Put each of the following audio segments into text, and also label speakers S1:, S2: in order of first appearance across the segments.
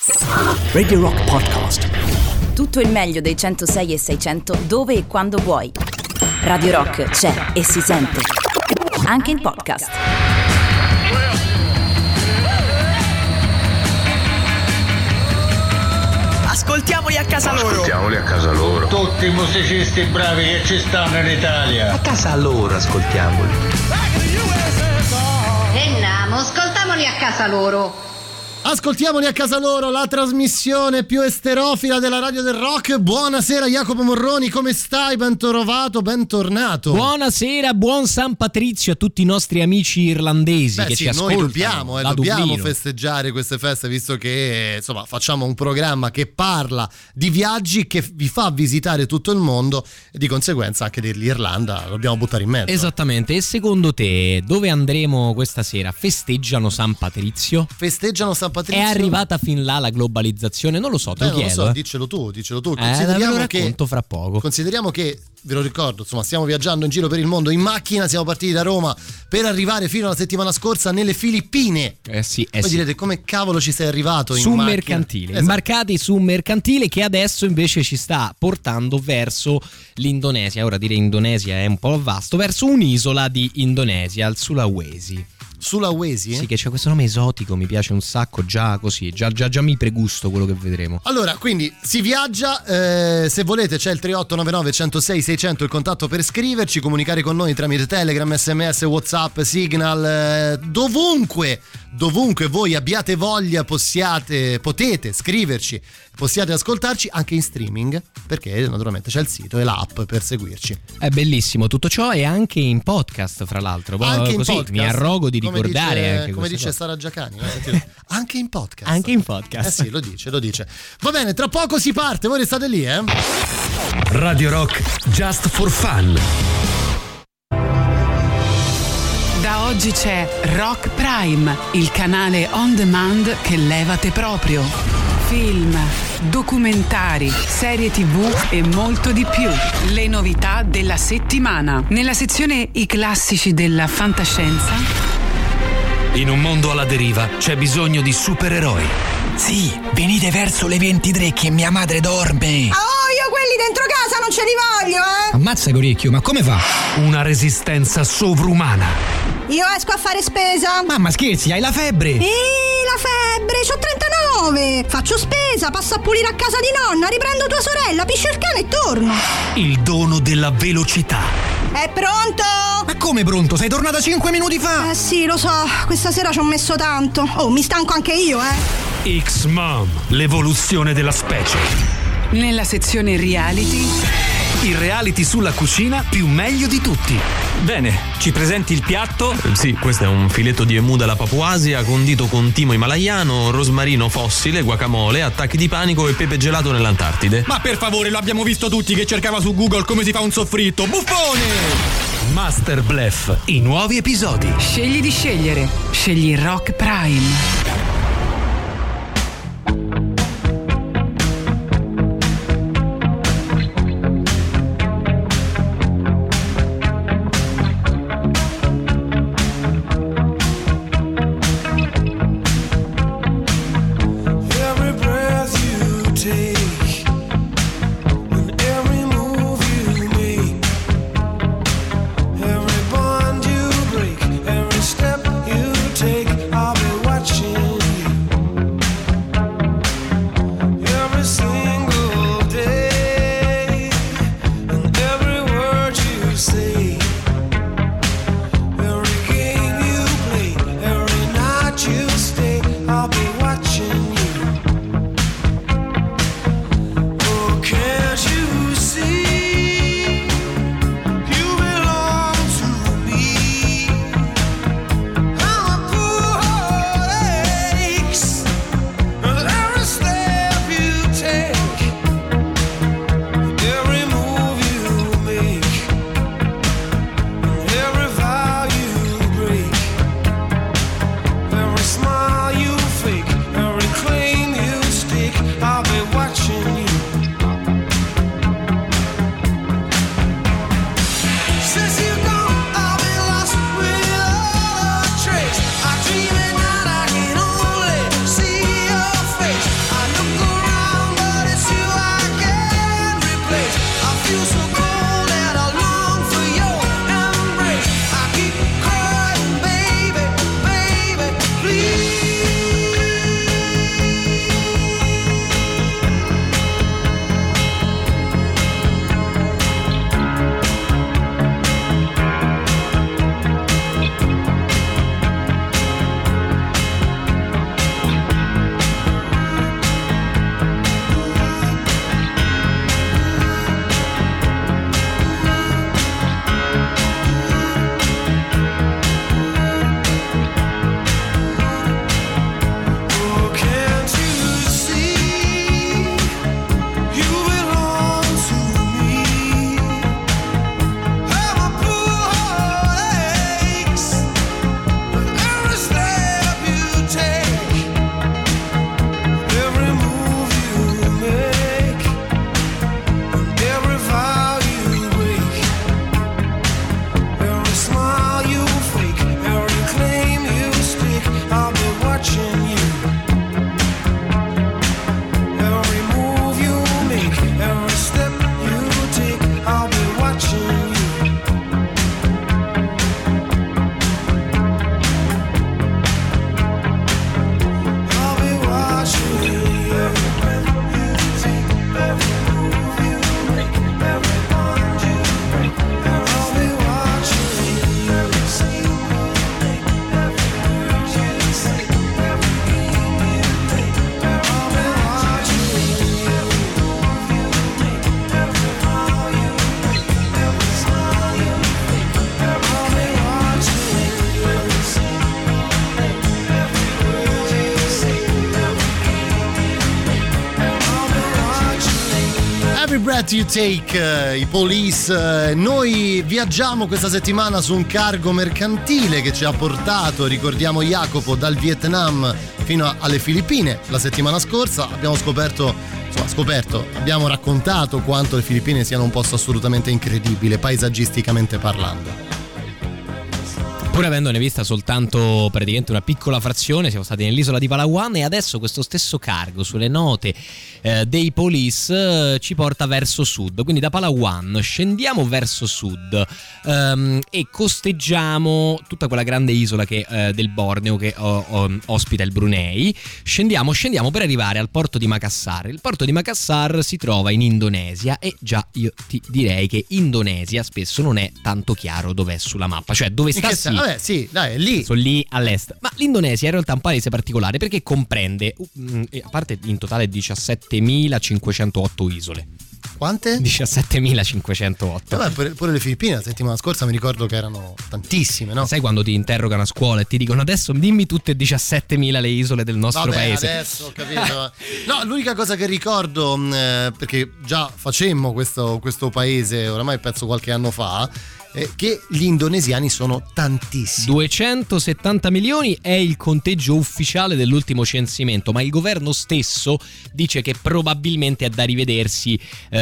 S1: Radio Rock Podcast.
S2: Tutto il meglio dei 106 e 600 dove e quando vuoi. Radio Rock c'è e si sente anche in podcast.
S3: Ascoltiamoli a casa loro.
S4: Ascoltiamoli a casa loro.
S5: Tutti i musicisti bravi che ci stanno in Italia.
S4: A casa loro ascoltiamoli.
S6: Andiamo, ascoltiamoli a casa loro.
S7: Ascoltiamoli a casa loro, la trasmissione più esterofila della radio del rock. Buonasera Jacopo Morroni, come stai? Ben trovato, bentornato.
S8: Buonasera, buon San Patrizio a tutti i nostri amici irlandesi che ci ascoltano.
S7: Noi dobbiamo festeggiare queste feste, visto che insomma facciamo un programma che parla di viaggi, che vi fa visitare tutto il mondo e di conseguenza anche dell'Irlanda dobbiamo buttare in mezzo.
S8: Esattamente. E secondo te dove andremo questa sera? Festeggiano San Patrizio?
S7: Festeggiano San Patrizio?
S8: È arrivata fin là la globalizzazione? Non lo so, te lo chiedo.
S7: Diccelo tu.
S8: Consideriamo racconto fra poco.
S7: Consideriamo che, ve lo ricordo, insomma, stiamo viaggiando in giro per il mondo in macchina, siamo partiti da Roma per arrivare fino alla settimana scorsa nelle Filippine. Poi direte, come cavolo ci sei arrivato in macchina?
S8: Mercantile, esatto. Imbarcati su un mercantile che adesso invece ci sta portando verso l'Indonesia. Ora dire Indonesia è un po' vasto, verso un'isola di Indonesia, il Sulawesi.
S7: Sulawesi?
S8: Sì, che c'è questo nome esotico, mi piace un sacco, già così, già mi pregusto quello che vedremo.
S7: Allora, quindi si viaggia, se volete c'è il 3899 106 600 il contatto per scriverci, comunicare con noi tramite Telegram, SMS, WhatsApp, Signal, dovunque voi abbiate voglia potete scriverci, possiate ascoltarci anche in streaming, perché naturalmente c'è il sito e l'app per seguirci.
S8: È bellissimo tutto ciò, e anche in podcast, fra l'altro.
S7: Anche
S8: così
S7: in podcast,
S8: mi arrogo di ricordare
S7: come dice Sara Giacani, anche in podcast.
S8: Anche in podcast.
S7: Sì, lo dice. Va bene, tra poco si parte, voi restate lì,
S1: Radio Rock Just for Fun.
S9: Da oggi c'è Rock Prime, il canale on demand che levate proprio. Film, documentari, serie TV e molto di più. Le novità della settimana. Nella sezione I classici della fantascienza.
S1: In un mondo alla deriva c'è bisogno di supereroi.
S10: Sì, venite verso le 23 che mia madre dorme.
S6: Io quelli dentro casa non ce li voglio,
S10: Ammazza Corecchio, ma come fa?
S1: Una resistenza sovrumana.
S6: Io esco a fare spesa.
S10: Mamma scherzi, hai la febbre?
S6: La febbre, c'ho 39. Faccio spesa, passo a pulire a casa di nonna, riprendo tua sorella, piscio il cane e torno.
S1: Il dono della velocità.
S6: È pronto?
S10: Ma come pronto? Sei tornata 5 minuti fa?
S6: Sì, lo so, questa sera ci ho messo tanto. Mi stanco anche io,
S1: X-Mom, l'evoluzione della specie.
S9: Nella sezione reality.
S1: Il reality sulla cucina più meglio di tutti.
S11: Bene, ci presenti il piatto?
S12: Sì, questo è un filetto di emu dalla Papuasia condito con timo himalayano, rosmarino fossile, guacamole, attacchi di panico e pepe gelato nell'Antartide.
S10: Ma per favore, lo abbiamo visto tutti che cercava su Google come si fa un soffritto. Buffone!
S1: Master Bluff, i nuovi episodi.
S9: Scegli di scegliere. Scegli Rock Prime.
S13: Step you take, I'll be watching.
S7: Every Breath You Take, i Police. Noi viaggiamo questa settimana su un cargo mercantile che ci ha portato, ricordiamo Jacopo, dal Vietnam fino alle Filippine. La settimana scorsa abbiamo abbiamo raccontato quanto le Filippine siano un posto assolutamente incredibile, paesaggisticamente parlando.
S8: Pur avendone vista soltanto praticamente una piccola frazione, siamo stati nell'isola di Palawan e adesso questo stesso cargo sulle note dei Police ci porta verso sud, quindi da Palawan scendiamo verso sud e costeggiamo tutta quella grande isola del Borneo che ospita il Brunei. Scendiamo per arrivare al porto di Makassar. Il porto di Makassar si trova in Indonesia e già io ti direi che Indonesia spesso non è tanto chiaro dov'è sulla mappa, cioè dove sta.
S7: Vabbè, sì, dai, è lì.
S8: Sono lì all'est. Ma l'Indonesia è in realtà un paese particolare perché comprende, a parte in totale 17.508 isole.
S7: Quante?
S8: 17.508.
S7: Vabbè, pure le Filippine la settimana scorsa mi ricordo che erano tantissime, no?
S8: Sai quando ti interrogano a scuola e ti dicono adesso dimmi tutte 17.000 le isole del nostro paese.
S7: Adesso ho capito. No, l'unica cosa che ricordo, perché già facemmo questo paese oramai penso qualche anno fa, che gli indonesiani sono tantissimi.
S8: 270 milioni è il conteggio ufficiale dell'ultimo censimento, ma il governo stesso dice che probabilmente è da rivedersi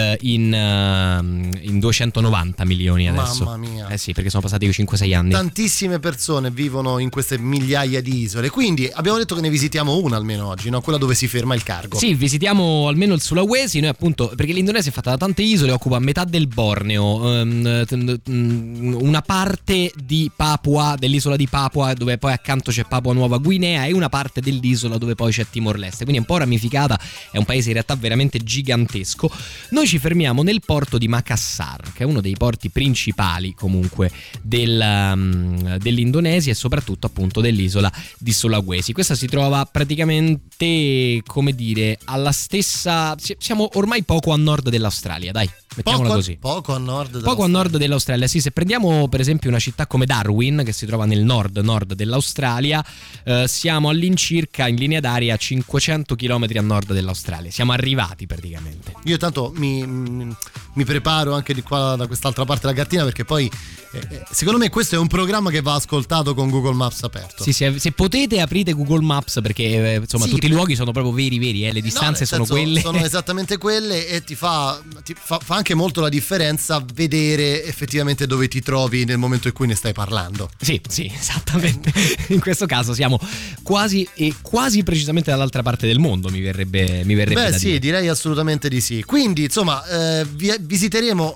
S8: in 290 milioni adesso.
S7: Mamma mia.
S8: Eh sì, perché sono passati 5-6 anni.
S7: Tantissime persone vivono in queste migliaia di isole, quindi abbiamo detto che ne visitiamo una almeno oggi, no? Quella dove si ferma il cargo.
S8: Sì, visitiamo almeno il Sulawesi, noi appunto, perché l'Indonesia è fatta da tante isole, occupa metà del Borneo, una parte di Papua, dell'isola di Papua, dove poi accanto c'è Papua Nuova Guinea, e una parte dell'isola dove poi c'è Timor-Leste, quindi è un po' ramificata, è un paese in realtà veramente gigantesco. Noi ci fermiamo nel porto di Makassar, che è uno dei porti principali comunque dell'Indonesia e soprattutto appunto dell'isola di Sulawesi. Questa si trova praticamente, come dire, alla stessa, siamo ormai poco a nord dell'Australia, dai. Mettiamola così.
S7: Poco a nord
S8: dell'Australia. Sì, se prendiamo per esempio una città come Darwin, che si trova nel nord dell'Australia, siamo all'incirca in linea d'aria a 500 km a nord dell'Australia. Siamo arrivati praticamente.
S7: Io tanto mi preparo anche di qua da quest'altra parte della cartina, perché poi secondo me questo è un programma che va ascoltato con Google Maps aperto.
S8: Sì, se potete aprite Google Maps, perché insomma tutti i luoghi sono proprio veri, le distanze sono quelle.
S7: Sono esattamente quelle, e ti fa anche molto la differenza vedere effettivamente dove ti trovi nel momento in cui ne stai parlando.
S8: Sì, esattamente. In questo caso siamo quasi precisamente dall'altra parte del mondo, mi verrebbe da
S7: sì,
S8: dire.
S7: direi assolutamente di sì. Quindi insomma visiteremo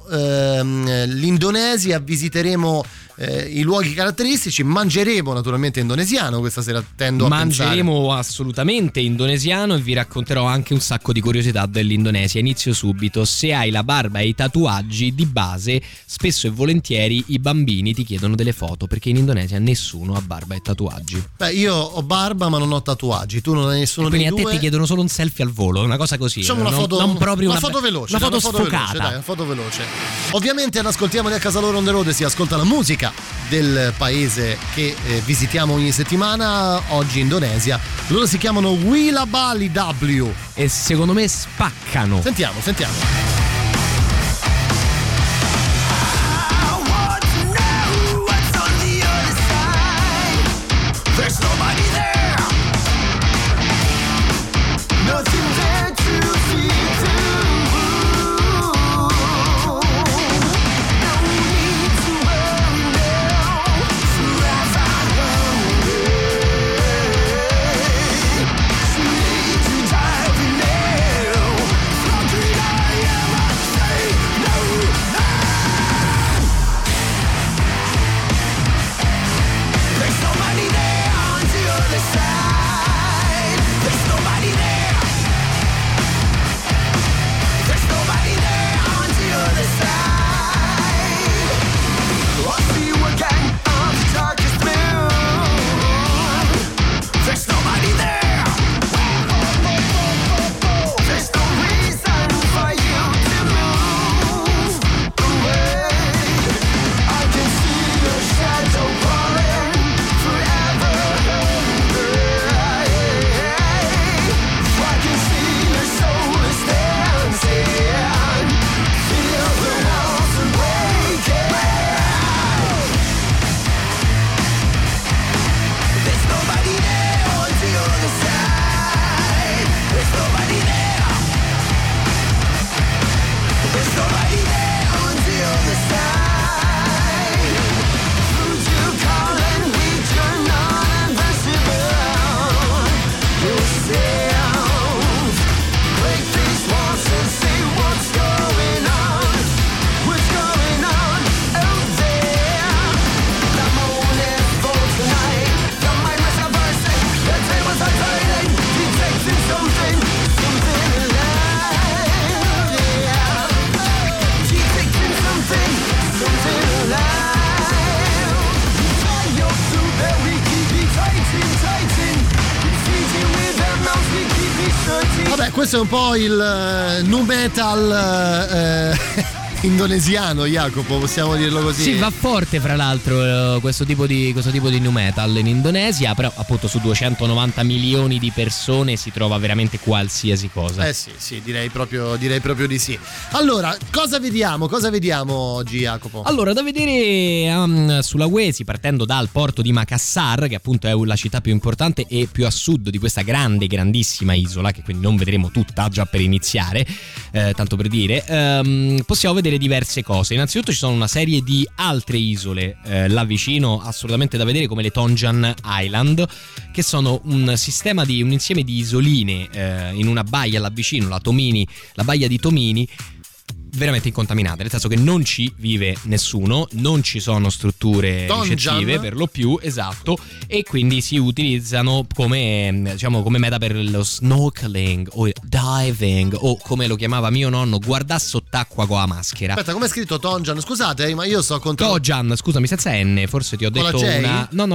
S7: l'Indonesia, visiteremo i luoghi caratteristici, mangeremo naturalmente indonesiano questa sera,
S8: mangeremo assolutamente indonesiano, e vi racconterò anche un sacco di curiosità dell'Indonesia. Inizio subito: se hai la barba e i tatuaggi, di base spesso e volentieri i bambini ti chiedono delle foto, perché in Indonesia nessuno ha barba e tatuaggi.
S7: Beh, io ho barba ma non ho tatuaggi, tu non hai nessuno dei due.
S8: Quindi a te ti chiedono solo un selfie al volo, una cosa così.
S7: Facciamo una foto,
S8: non proprio
S7: una foto veloce,
S8: una foto sfocata.
S7: Veloce, dai, una foto veloce. Ovviamente ad Ascoltiamoli a casa loro on the road si ascolta la musica del paese che visitiamo ogni settimana. Oggi Indonesia. Loro si chiamano Willa Bali W
S8: e secondo me spaccano.
S7: Sentiamo.
S13: There's nobody there. Nothing there to see No need to worry now. Forever need to dive in now. Floating I am
S7: questo è un po' il nu metal indonesiano, Jacopo, possiamo dirlo così.
S8: Sì, va forte fra l'altro questo tipo di nu metal in Indonesia, però appunto su 290 milioni di persone si trova veramente qualsiasi cosa.
S7: Sì, direi proprio di sì. Allora, cosa vediamo oggi, Jacopo?
S8: Allora, da vedere Sulawesi, partendo dal porto di Makassar, che appunto è la città più importante e più a sud di questa grandissima isola, che quindi non vedremo tutta già per iniziare, tanto per dire, possiamo vedere diverse cose. Innanzitutto ci sono una serie di altre isole là vicino, assolutamente da vedere, come le Tonjan Island, che sono un insieme di isoline in una baia là vicino, la baia di Tomini, veramente incontaminate, nel senso che non ci vive nessuno, non ci sono strutture ricettive per lo più, esatto, e quindi si utilizzano come meta per lo snorkeling o diving, o come lo chiamava mio nonno, guardà sott'acqua con la maschera.
S7: Aspetta, come è scritto Tonjan? Scusate, ma io sto contro
S8: Tojan, scusami, senza N, forse ti ho detto una... No,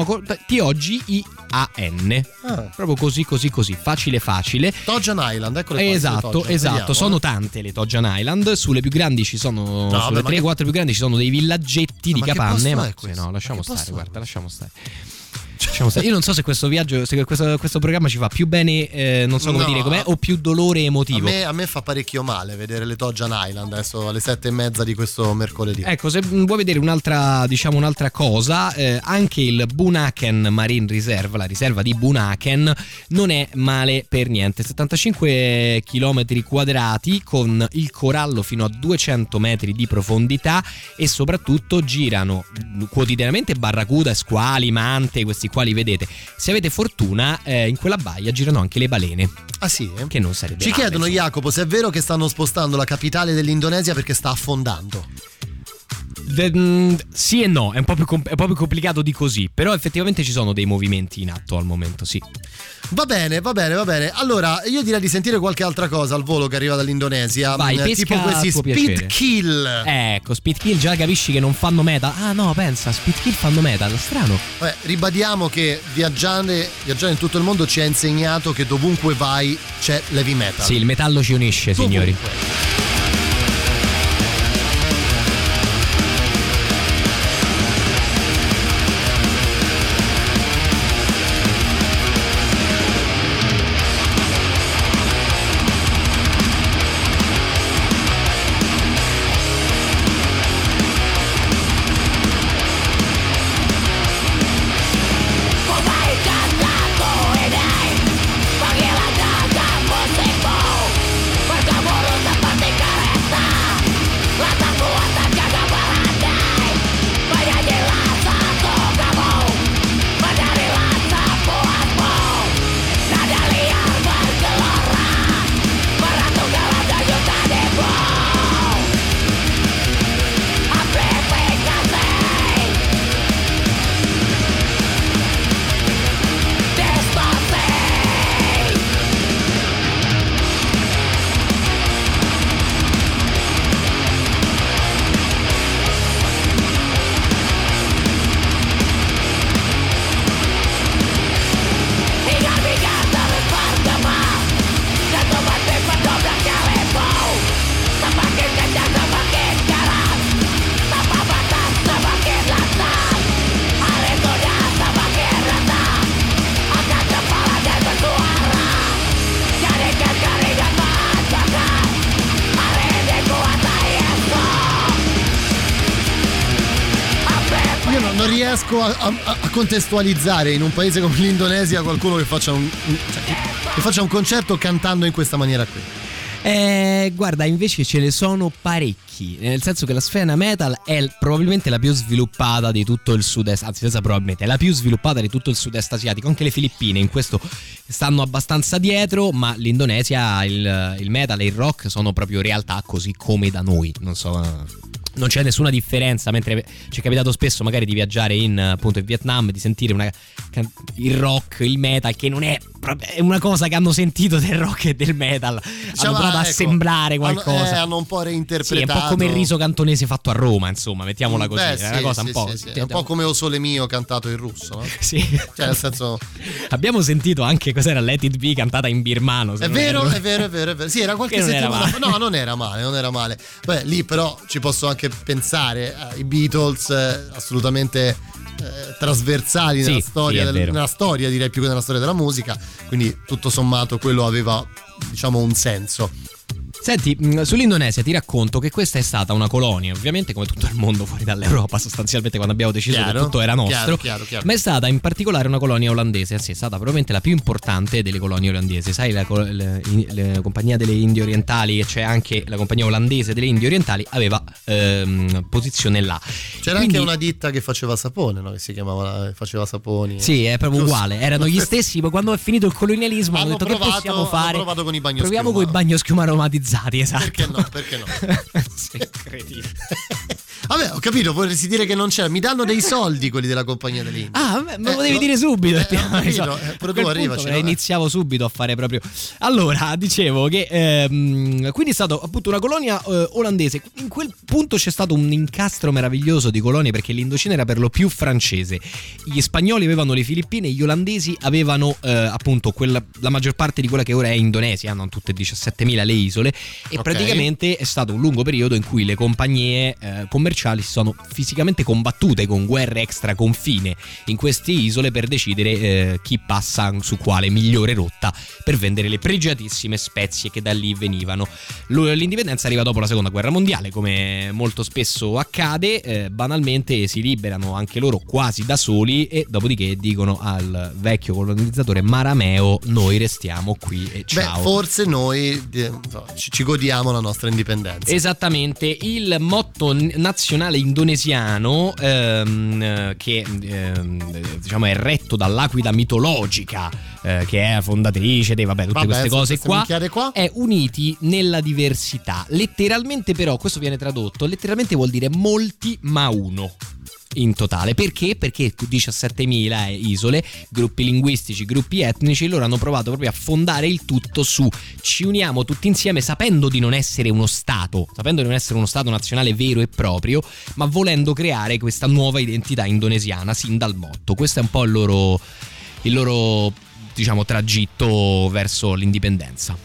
S8: T-O-G-I-A-N. Proprio così, facile.
S7: Tojan Island, eccole qua.
S8: Esatto,
S7: Vediamo.
S8: sono tante le Tojan Island, sulle più grandi ci sono, sulle 3-4 più grandi ci sono dei villaggetti di capanne, ma no, lasciamo stare, guarda, lasciamo stare. Io non so se questo viaggio, se questo programma ci fa più bene, non so come dire com'è, o più dolore emotivo.
S7: A me fa parecchio male vedere le Tojan Island adesso alle 7:30 di questo mercoledì.
S8: Ecco, se vuoi vedere un'altra cosa, anche il Bunaken Marine Reserve, la riserva di Bunaken, non è male per niente. 75 km quadrati con il corallo fino a 200 metri di profondità, e soprattutto girano quotidianamente barracuda, squali, mante, questi quali vedete. Se avete fortuna, in quella baia girano anche le balene.
S7: Ah sì?
S8: Che non sarebbe
S7: Ci
S8: male,
S7: chiedono,
S8: insomma.
S7: Jacopo, se è vero che stanno spostando la capitale dell'Indonesia perché sta affondando.
S8: Sì e no, è un po' più complicato di così, però effettivamente ci sono dei movimenti in atto al momento, sì.
S7: Va bene. Allora, io direi di sentire qualche altra cosa al volo che arriva dall'Indonesia.
S8: Vai,
S7: tipo questi Speed Kill.
S8: Ecco, Speed Kill già capisci che non fanno metal. Ah no, pensa, Speed Kill fanno metal, strano.
S7: Ribadiamo che viaggiare in tutto il mondo ci ha insegnato che dovunque vai c'è l'heavy metal.
S8: Sì, il metallo ci unisce, signori.
S7: Non riesco a contestualizzare in un paese come l'Indonesia qualcuno che faccia un concerto cantando in questa maniera qui.
S8: Guarda, invece ce ne sono parecchi, nel senso che la scena metal è probabilmente la più sviluppata di tutto il sud-est, anzi senza probabilmente, è la più sviluppata di tutto il sud-est asiatico. Anche le Filippine in questo stanno abbastanza dietro, ma l'Indonesia, il metal e il rock sono proprio realtà così come da noi, non c'è nessuna differenza, mentre ci è capitato spesso magari di viaggiare in Vietnam, di sentire il rock, il metal, che non è è una cosa che hanno sentito del rock e del metal, hanno provato a sembrare qualcosa,
S7: hanno un po' reinterpretato.
S8: Sì, è un po' come il riso cantonese fatto a Roma, insomma, mettiamola così. È una cosa un po'.
S7: È un po' come O Sole Mio cantato in russo, no?
S8: Sì.
S7: Cioè, nel senso.
S8: Abbiamo sentito anche cos'era Let It Be cantata in birmano.
S7: È vero. Sì, era qualche settimana fa. No, non era male. Beh, lì però ci posso anche pensare ai Beatles, assolutamente trasversali nella storia, direi più che nella storia della musica, quindi tutto sommato quello aveva, diciamo, un senso.
S8: Senti, sull'Indonesia ti racconto che questa è stata una colonia, ovviamente come tutto il mondo fuori dall'Europa, sostanzialmente, quando abbiamo deciso che tutto era nostro,
S7: chiaro.
S8: ma è stata in particolare una colonia olandese, anzi è stata probabilmente la più importante delle colonie olandesi. Sai, la compagnia delle Indie Orientali, e c'è anche la compagnia olandese delle Indie Orientali, aveva posizione là.
S7: C'era anche una ditta che faceva sapone, no? Che si chiamava faceva saponi.
S8: Sì, è proprio uguale, erano gli stessi, ma quando è finito il colonialismo hanno detto
S7: provato,
S8: che possiamo fare?
S7: Hanno provato con i bagnoschiuma.
S8: Proviamo con i bagnoschiuma aromatizzati. Esatto.
S7: Perché no?
S8: Sì, cretino.
S7: Vabbè, ho capito, vorresti dire che non c'era. Mi danno dei soldi quelli della compagnia delle Indie.
S8: Ah, me lo devi dire subito.
S7: Però tu arrivaci.
S8: Iniziavo subito a fare proprio. Allora, dicevo che quindi è stato appunto una colonia olandese. In quel punto c'è stato un incastro meraviglioso di colonie, perché l'Indocina era per lo più francese. Gli spagnoli avevano le Filippine, gli olandesi avevano appunto la maggior parte di quella che ora è Indonesia, hanno tutte 17.000 le isole, e praticamente è stato un lungo periodo in cui le compagnie commerciali si sono fisicamente combattute con guerre extra confine in queste isole per decidere chi passa su quale migliore rotta per vendere le pregiatissime spezie che da lì venivano. L'indipendenza arriva dopo la seconda guerra mondiale, come molto spesso accade, banalmente si liberano anche loro quasi da soli, e dopodiché dicono al vecchio colonizzatore Marameo: noi restiamo qui e ciao.
S7: Beh, forse noi ci godiamo la nostra indipendenza.
S8: Esattamente. Il motto nazionale indonesiano, che diciamo è retto dall'aquila mitologica, che è la fondatrice dei tutte queste cose qua, è uniti nella diversità. Letteralmente, però, questo viene tradotto, letteralmente vuol dire molti ma uno. In totale. Perché? Perché 17.000 isole, gruppi linguistici, gruppi etnici, loro hanno provato proprio a fondare il tutto su ci uniamo tutti insieme, sapendo di non essere uno stato nazionale vero e proprio, ma volendo creare questa nuova identità indonesiana sin dal motto. Questo è un po' il loro diciamo tragitto verso l'indipendenza.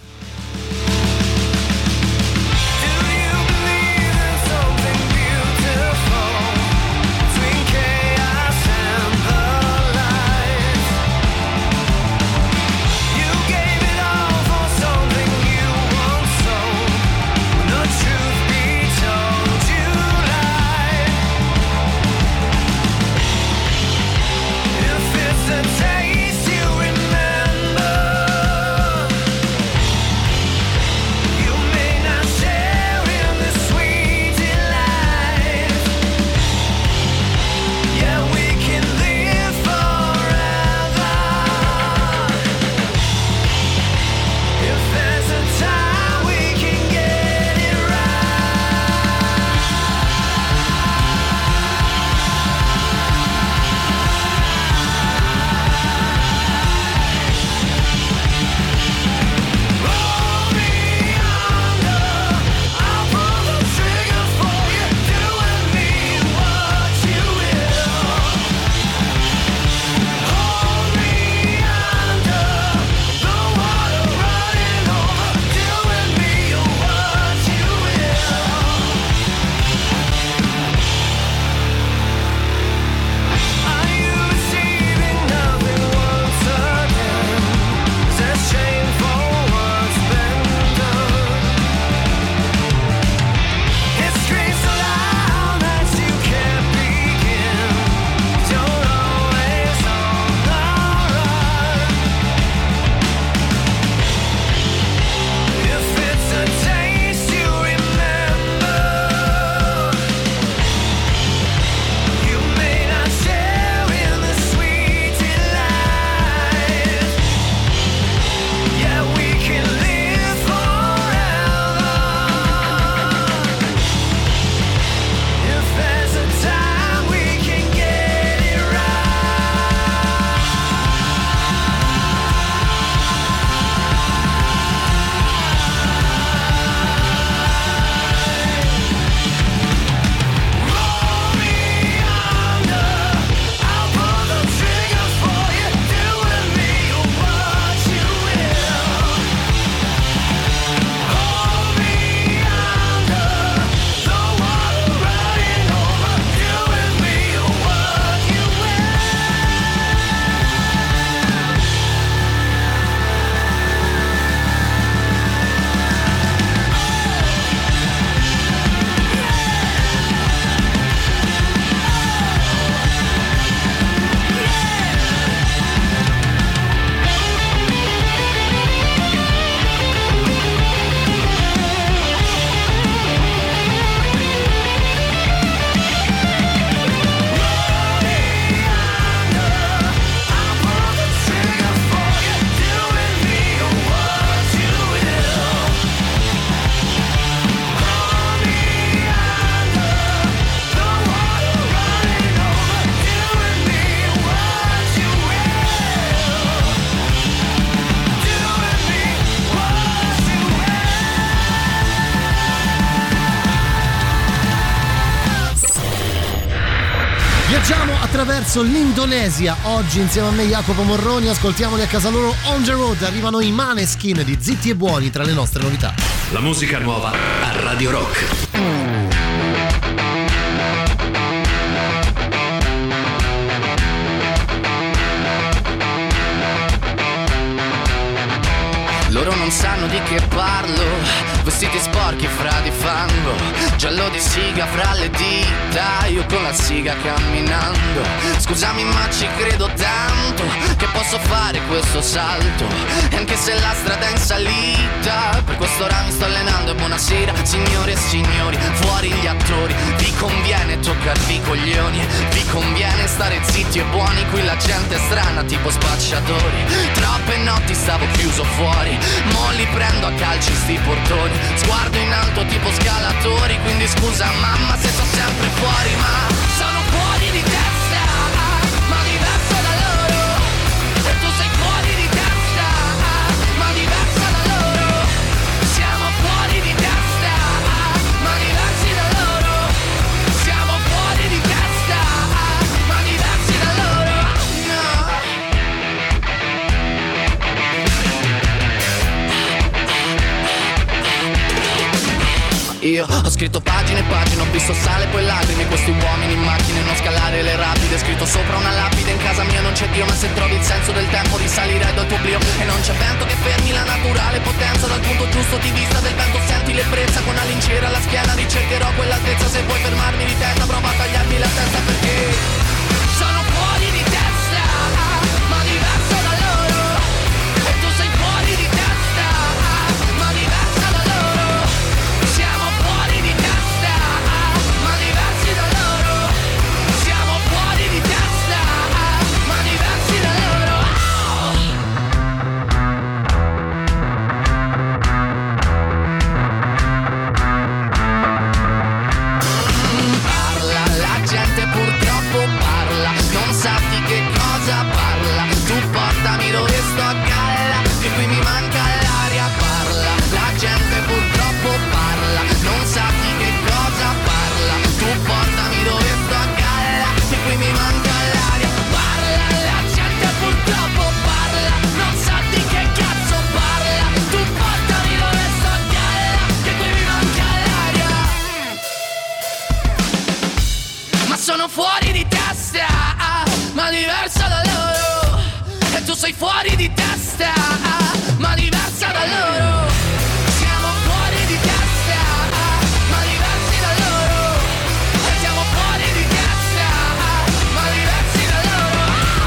S7: attraverso l'Indonesia. Oggi insieme a me Jacopo Morroni, ascoltiamoli a casa loro on the road. Arrivano i Maneskin di Zitti e Buoni tra le nostre novità.
S1: La musica nuova a Radio Rock.
S14: Loro non sanno di che parlo, vestiti sporchi fra di fango, giallo di siga fra le dita, io con la siga camminando. Scusami ma ci credo tanto, che posso fare questo salto, e anche se la strada è in salita, per quest'ora mi sto allenando e buonasera signore e signori, fuori gli attori, vi conviene toccarvi i coglioni, vi conviene stare zitti e buoni, qui la gente è strana tipo spacciatori, troppe notti stavo chiuso fuori, mo li prendo a calci sti portoni, sguardo in alto tipo scalatori, quindi scusa mamma se sto sempre fuori, ma sono fuori di testa, ma diverso da loro, e tu sei fuori di testa, ma diversa da loro, siamo fuori di testa, ma diversi da loro, siamo fuori di testa, ma diversi da loro, no. Io ho scritto pagine e pagine, ho visto sale poi lacrime, questi uomini in macchine, non scalare le rapide, scritto sopra una lapide, in casa mia non c'è Dio, ma se trovi il senso del tempo risalirai dal tuo oblio, e non c'è vento che fermi la naturale potenza, dal punto giusto di vista del vento senti l'ebbrezza, con la lincera alla schiena ricercherò quell'altezza, se vuoi fermarmi di testa prova a tagliarmi la testa, perché sono fuori di testa, ma diverso da loro, e tu sei fuori di testa, ma diversa da loro, siamo fuori di testa, ma diversi da loro, siamo fuori di testa, ma diversi da loro. Parla, la gente purtroppo parla, non sa di che cosa parla, tu portami dove sto a galla, che qui mi manca l'aria, parla, la gente purtroppo parla, non sa di che cosa parla, tu portami dove sto a galla, che qui mi manca l'aria, parla, la gente purtroppo parla, non sa di che cazzo parla, tu portami dove sto a galla, che qui mi manca l'aria, ma sono fuori di testa, ma diversa da loro, e tu sei fuori di testa, ma diversa da loro, siamo fuori di testa, ma diversi da loro, e siamo fuori di testa, ma diversi da loro.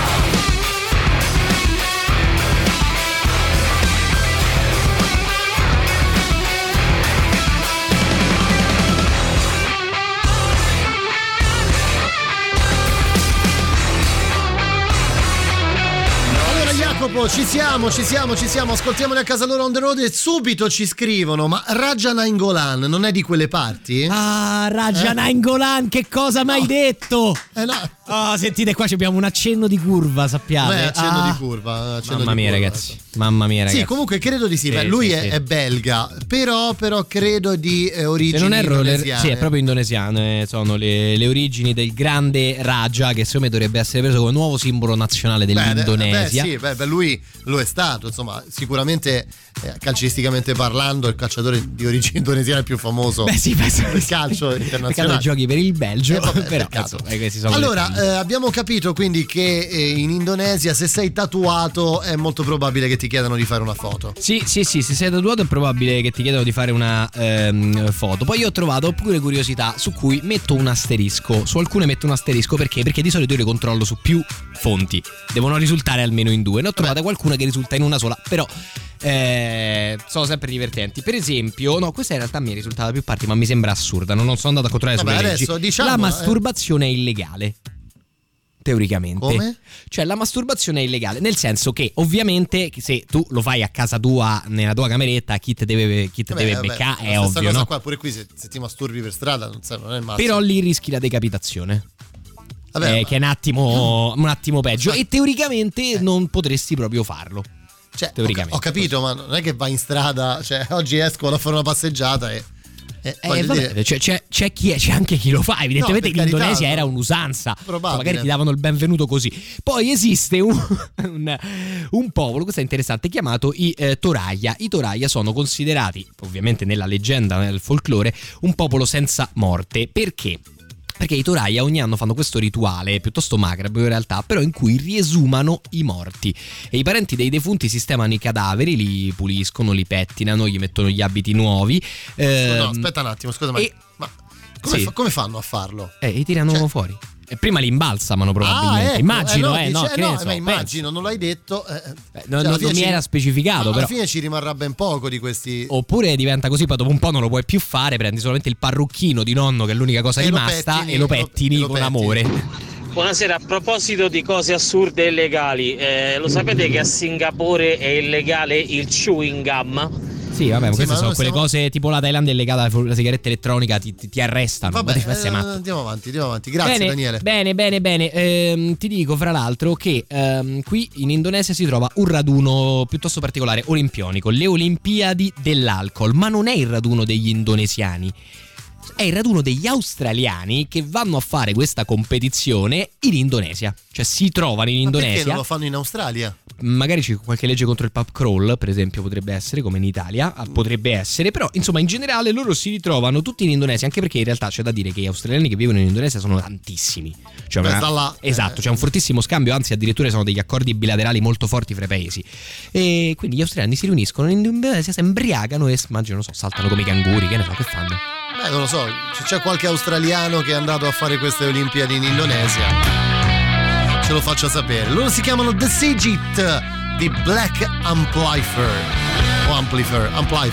S7: Allora Jacopo, ci siamo, ascoltiamoli a casa loro on the road e subito ci scrivono: ma Raja Nainggolan non è di quelle parti?
S8: Ah, Raja Nainggolan, che cosa mi hai detto?
S7: No.
S8: Oh, sentite, qua abbiamo un accenno di curva, sappiate.
S7: Accenno di curva.
S8: Mamma mia, ragazzi. Mamma mia, ragazzi.
S7: Sì, comunque credo di sì. Beh, lui è belga, però credo di origini
S8: se non erro,
S7: indonesiane.
S8: sì, è proprio indonesiano. Sono le origini del grande Raja, che secondo me dovrebbe essere preso come nuovo simbolo nazionale dell'Indonesia.
S7: Lui lo è stato, insomma, sicuramente calcisticamente parlando il calciatore di origini indonesiane più famoso del calcio internazionale.
S8: Peccato giochi per il Belgio, però questi sono
S7: allora abbiamo capito quindi che in Indonesia se sei tatuato è molto probabile che ti chiedano di fare una foto.
S8: Sì, se sei tatuato è probabile che ti chiedano di fare una foto. Poi io ho trovato pure curiosità su cui metto un asterisco, su alcune metto un asterisco perché di solito io le controllo su più fonti, devono risultare almeno in due, ne ho trovata qualcuna che risulta in una sola, però sono sempre divertenti. Per esempio, no, questa in realtà mi è risultata da più parti, ma mi sembra assurda, non sono andato a controllare sulle leggi.
S7: Diciamo,
S8: la masturbazione è illegale, teoricamente.
S7: Come?
S8: Cioè la masturbazione è illegale, nel senso che ovviamente se tu lo fai a casa tua, nella tua cameretta, chi te deve beccare è ovvio, no?
S7: Qua, pure qui se ti masturbi per strada non è il massimo.
S8: Però lì rischi la decapitazione. Che è un attimo peggio, e teoricamente non potresti proprio farlo.
S7: Cioè, ho capito, ma non è che vai in strada, cioè oggi esco a fare una passeggiata e
S8: Vabbè, c'è anche chi lo fa, evidentemente in Indonesia era un'usanza, magari ti davano il benvenuto così. Poi esiste un popolo, questo è interessante, chiamato i Toraja. I Toraja sono considerati, ovviamente nella leggenda, nel folklore, un popolo senza morte. Perché? Perché i Toraja ogni anno fanno questo rituale piuttosto macabro in realtà, però in cui riesumano i morti e i parenti dei defunti sistemano i cadaveri, li puliscono, li pettinano, gli mettono gli abiti nuovi.
S7: No, aspetta un attimo, scusa, ma come fanno a farlo?
S8: Li tirano fuori. E prima li imbalsamano probabilmente.
S7: Ecco,
S8: immagino,
S7: immagino, non l'hai detto.
S8: Non mi era specificato, però.
S7: Alla fine ci rimarrà ben poco di questi.
S8: Oppure diventa così, poi dopo un po' non lo puoi più fare, prendi solamente il parrucchino di nonno, che è l'unica cosa rimasta, e lo pettini con amore.
S15: Buonasera, a proposito di cose assurde e illegali, lo sapete che a Singapore è illegale il chewing gum?
S8: Sì, vabbè, queste sono quelle cose tipo la Thailandia è legata alla sigaretta elettronica, ti arrestano.
S7: Vabbè, andiamo avanti. Grazie,
S8: bene,
S7: Daniele.
S8: Bene. Ti dico fra l'altro che qui in Indonesia si trova un raduno piuttosto particolare, olimpionico, le Olimpiadi dell'alcol, ma non è il raduno degli indonesiani. È il raduno degli australiani che vanno a fare questa competizione in Indonesia. Cioè si trovano in Indonesia.
S7: Perché non lo fanno in Australia?
S8: Magari c'è qualche legge contro il pub crawl, per esempio, potrebbe essere, come in Italia, potrebbe essere, però insomma in generale loro si ritrovano tutti in Indonesia, anche perché in realtà c'è da dire che gli australiani che vivono in Indonesia sono tantissimi. Esatto, c'è un fortissimo scambio, anzi addirittura sono degli accordi bilaterali molto forti fra i paesi. E quindi gli australiani si riuniscono in Indonesia, si embriagano e immagino, saltano come i canguri, che ne so, che fanno?
S7: Non lo so, c'è qualche australiano che è andato a fare queste Olimpiadi in Indonesia, ce lo faccio sapere. Loro si chiamano The Sigit di Black Amplifier o Amplifier.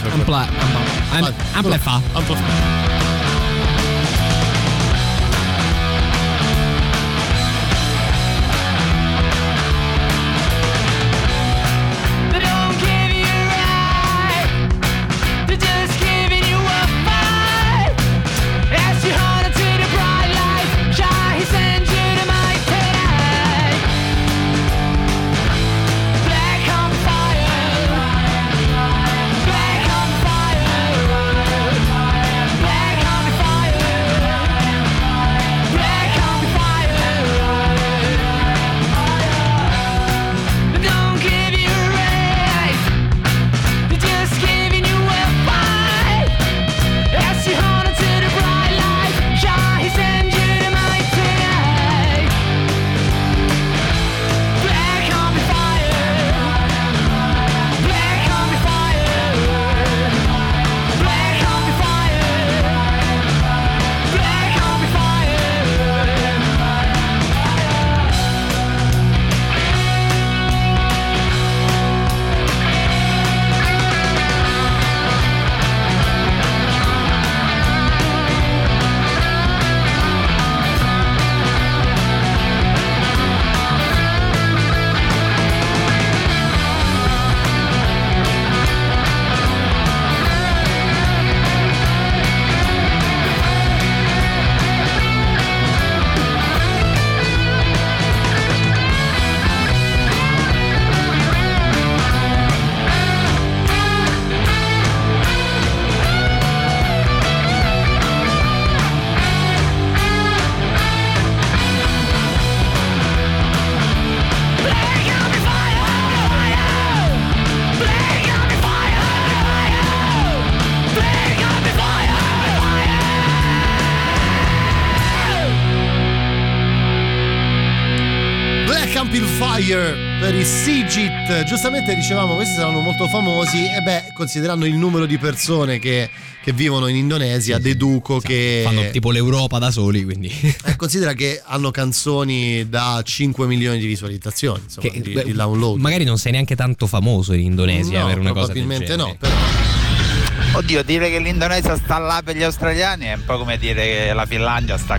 S7: Per i Sigit, giustamente dicevamo questi saranno molto famosi e considerando il numero di persone che vivono in Indonesia, deduco che
S8: fanno tipo l'Europa da soli, quindi
S7: considera che hanno canzoni da 5 milioni di visualizzazioni, insomma, di download.
S8: Magari non sei neanche tanto famoso in Indonesia per una cosa del genere.
S7: Probabilmente no, però
S16: oddio, dire che l'Indonesia sta là per gli australiani è un po' come dire che la Finlandia sta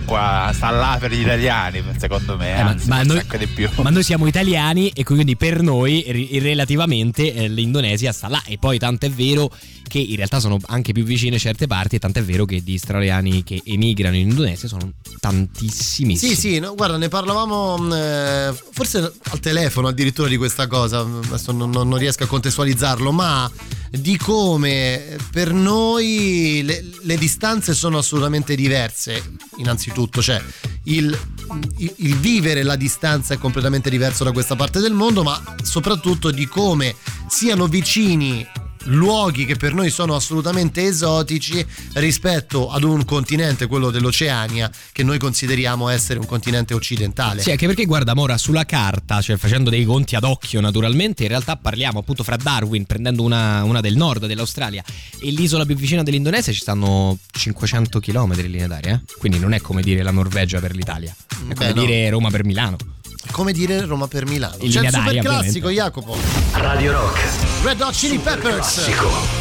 S16: là per gli italiani, secondo me, anzi, ma noi, di più.
S8: Ma noi siamo italiani e quindi per noi relativamente l'Indonesia sta là, e poi tanto è vero che in realtà sono anche più vicine certe parti, e tant'è vero che di australiani che emigrano in Indonesia sono tantissimissimi.
S7: Sì, no, guarda, ne parlavamo forse al telefono addirittura di questa cosa, adesso non riesco a contestualizzarlo, ma di come per per noi le distanze sono assolutamente diverse. Innanzitutto, cioè il vivere la distanza è completamente diverso da questa parte del mondo, ma soprattutto di come siano vicini luoghi che per noi sono assolutamente esotici rispetto ad un continente, quello dell'Oceania, che noi consideriamo essere un continente occidentale.
S8: Sì, anche perché guarda Mora, sulla carta, cioè facendo dei conti ad occhio naturalmente, in realtà parliamo appunto fra Darwin, prendendo una del nord dell'Australia, e l'isola più vicina dell'Indonesia ci stanno 500 km in linea d'aria, quindi non è come dire la Norvegia per l'Italia, è come dire Roma per Milano.
S7: Come dire Roma per Milano.
S8: In
S7: c'è il super
S8: d'aria,
S7: classico,
S8: ovviamente.
S7: Jacopo.
S4: Radio Rock.
S7: Red Hot Chili Peppers.
S4: Classico.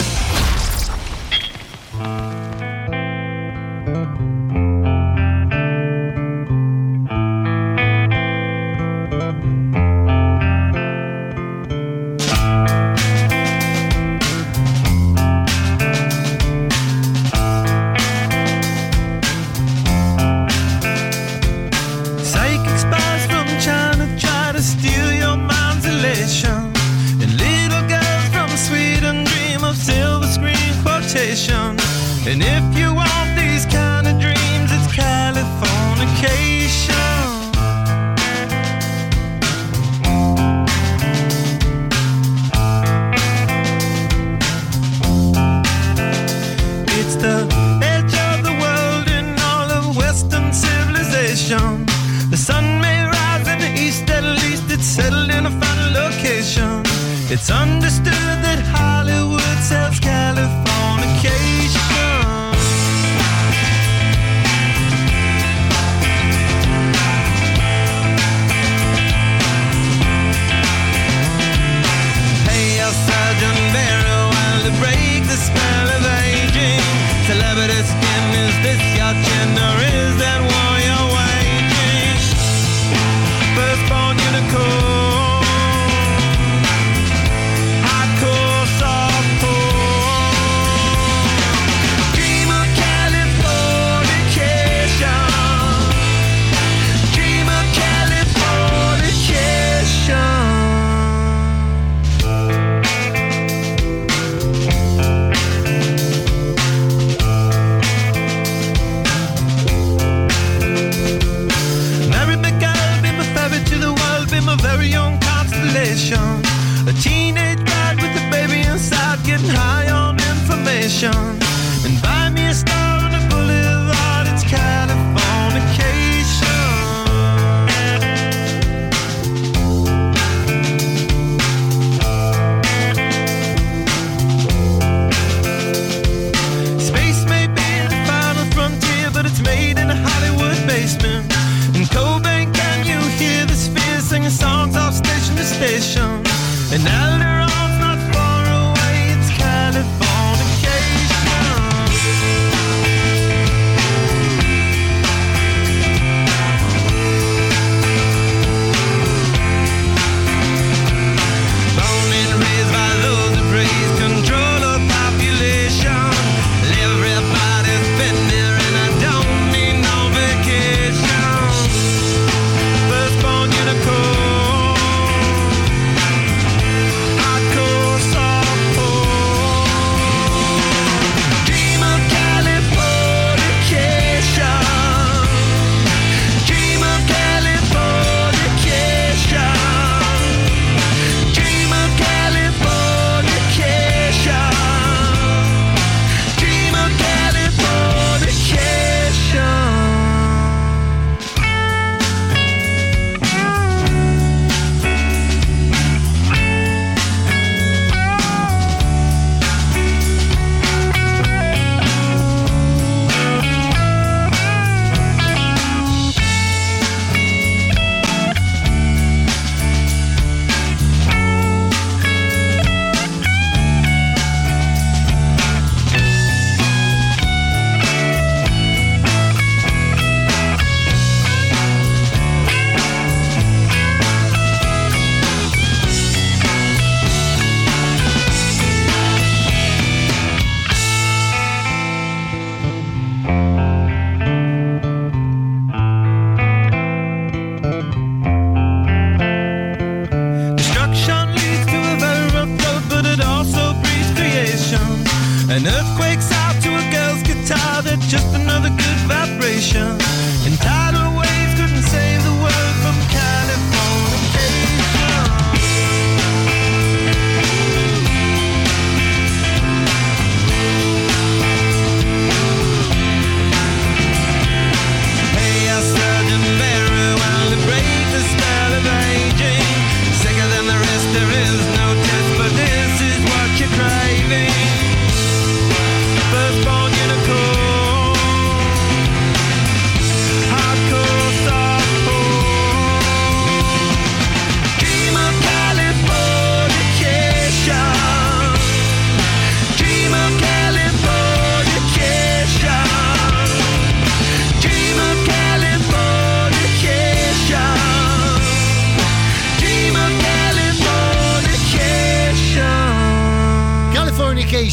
S13: And if you want these kind of dreams, it's Californication. It's the edge of the world in all of Western civilization. The sun may rise in the east, at least it's settled in a final location. It's understood that Hollywood sells Californication. Surgeon Barrow while to break the spell of aging. Celebrity skin, is this your chin or is that war you're waging? Firstborn unicorn, hardcore softcore. Dream of Californication. Dream of Californication.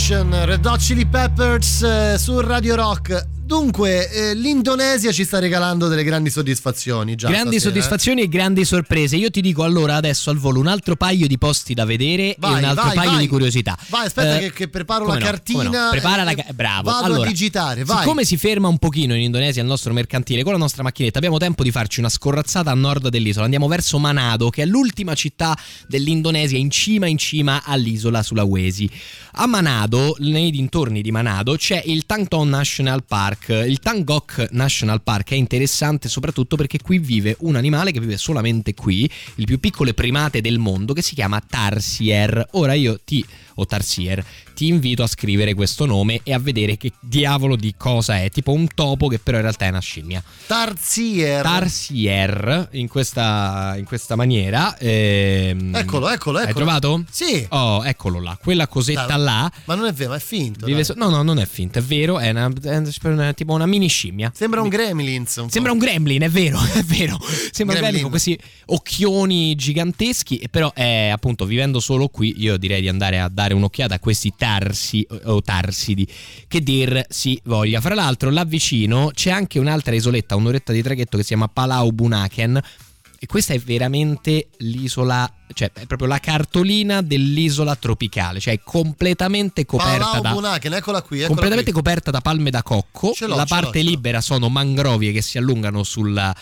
S7: Nation, Red Hot Chili Peppers su Radio Rock. Dunque, l'Indonesia ci sta regalando delle grandi soddisfazioni già
S8: grandi
S7: stasera,
S8: soddisfazioni e grandi sorprese. Io ti dico allora adesso al volo un altro paio di posti da vedere e un altro paio di curiosità.
S7: Vai, aspetta che preparo la cartina.
S8: Prepara bravo.
S7: Vado
S8: allora,
S7: a digitare, vai.
S8: Siccome si ferma un pochino in Indonesia il nostro mercantile, con la nostra macchinetta abbiamo tempo di farci una scorrazzata a nord dell'isola. Andiamo verso Manado, che è l'ultima città dell'Indonesia in cima all'isola Sulawesi. A Manado, nei dintorni di Manado, c'è il Tangtong National Park. Il Tangok National Park è interessante soprattutto perché qui vive un animale che vive solamente qui, il più piccolo primate del mondo, che si chiama Tarsier. Ora Tarsier, ti invito a scrivere questo nome e a vedere che diavolo di cosa è, tipo un topo che però in realtà è una scimmia. Tarsier in questa maniera.
S7: Eccolo.
S8: Hai trovato?
S7: Sì.
S8: Oh, eccolo là, quella cosetta là.
S7: Ma non è vero, è finto.
S8: No, non è finto, è vero, è tipo una mini scimmia.
S7: Sembra un gremlins.
S8: Sembra un gremlin, è vero. Sembra un gremlin con questi occhioni giganteschi, e però appunto vivendo solo qui io direi di andare a dare un'occhiata a questi tarsi o tarsidi, che dir si voglia. Fra l'altro là vicino c'è anche un'altra isoletta, un'oretta di traghetto, che si chiama Palau Bunaken, e questa è veramente l'isola, cioè è proprio la cartolina dell'isola tropicale, cioè è completamente coperta completamente coperta da palme da cocco. La parte libera sono mangrovie che si allungano sulla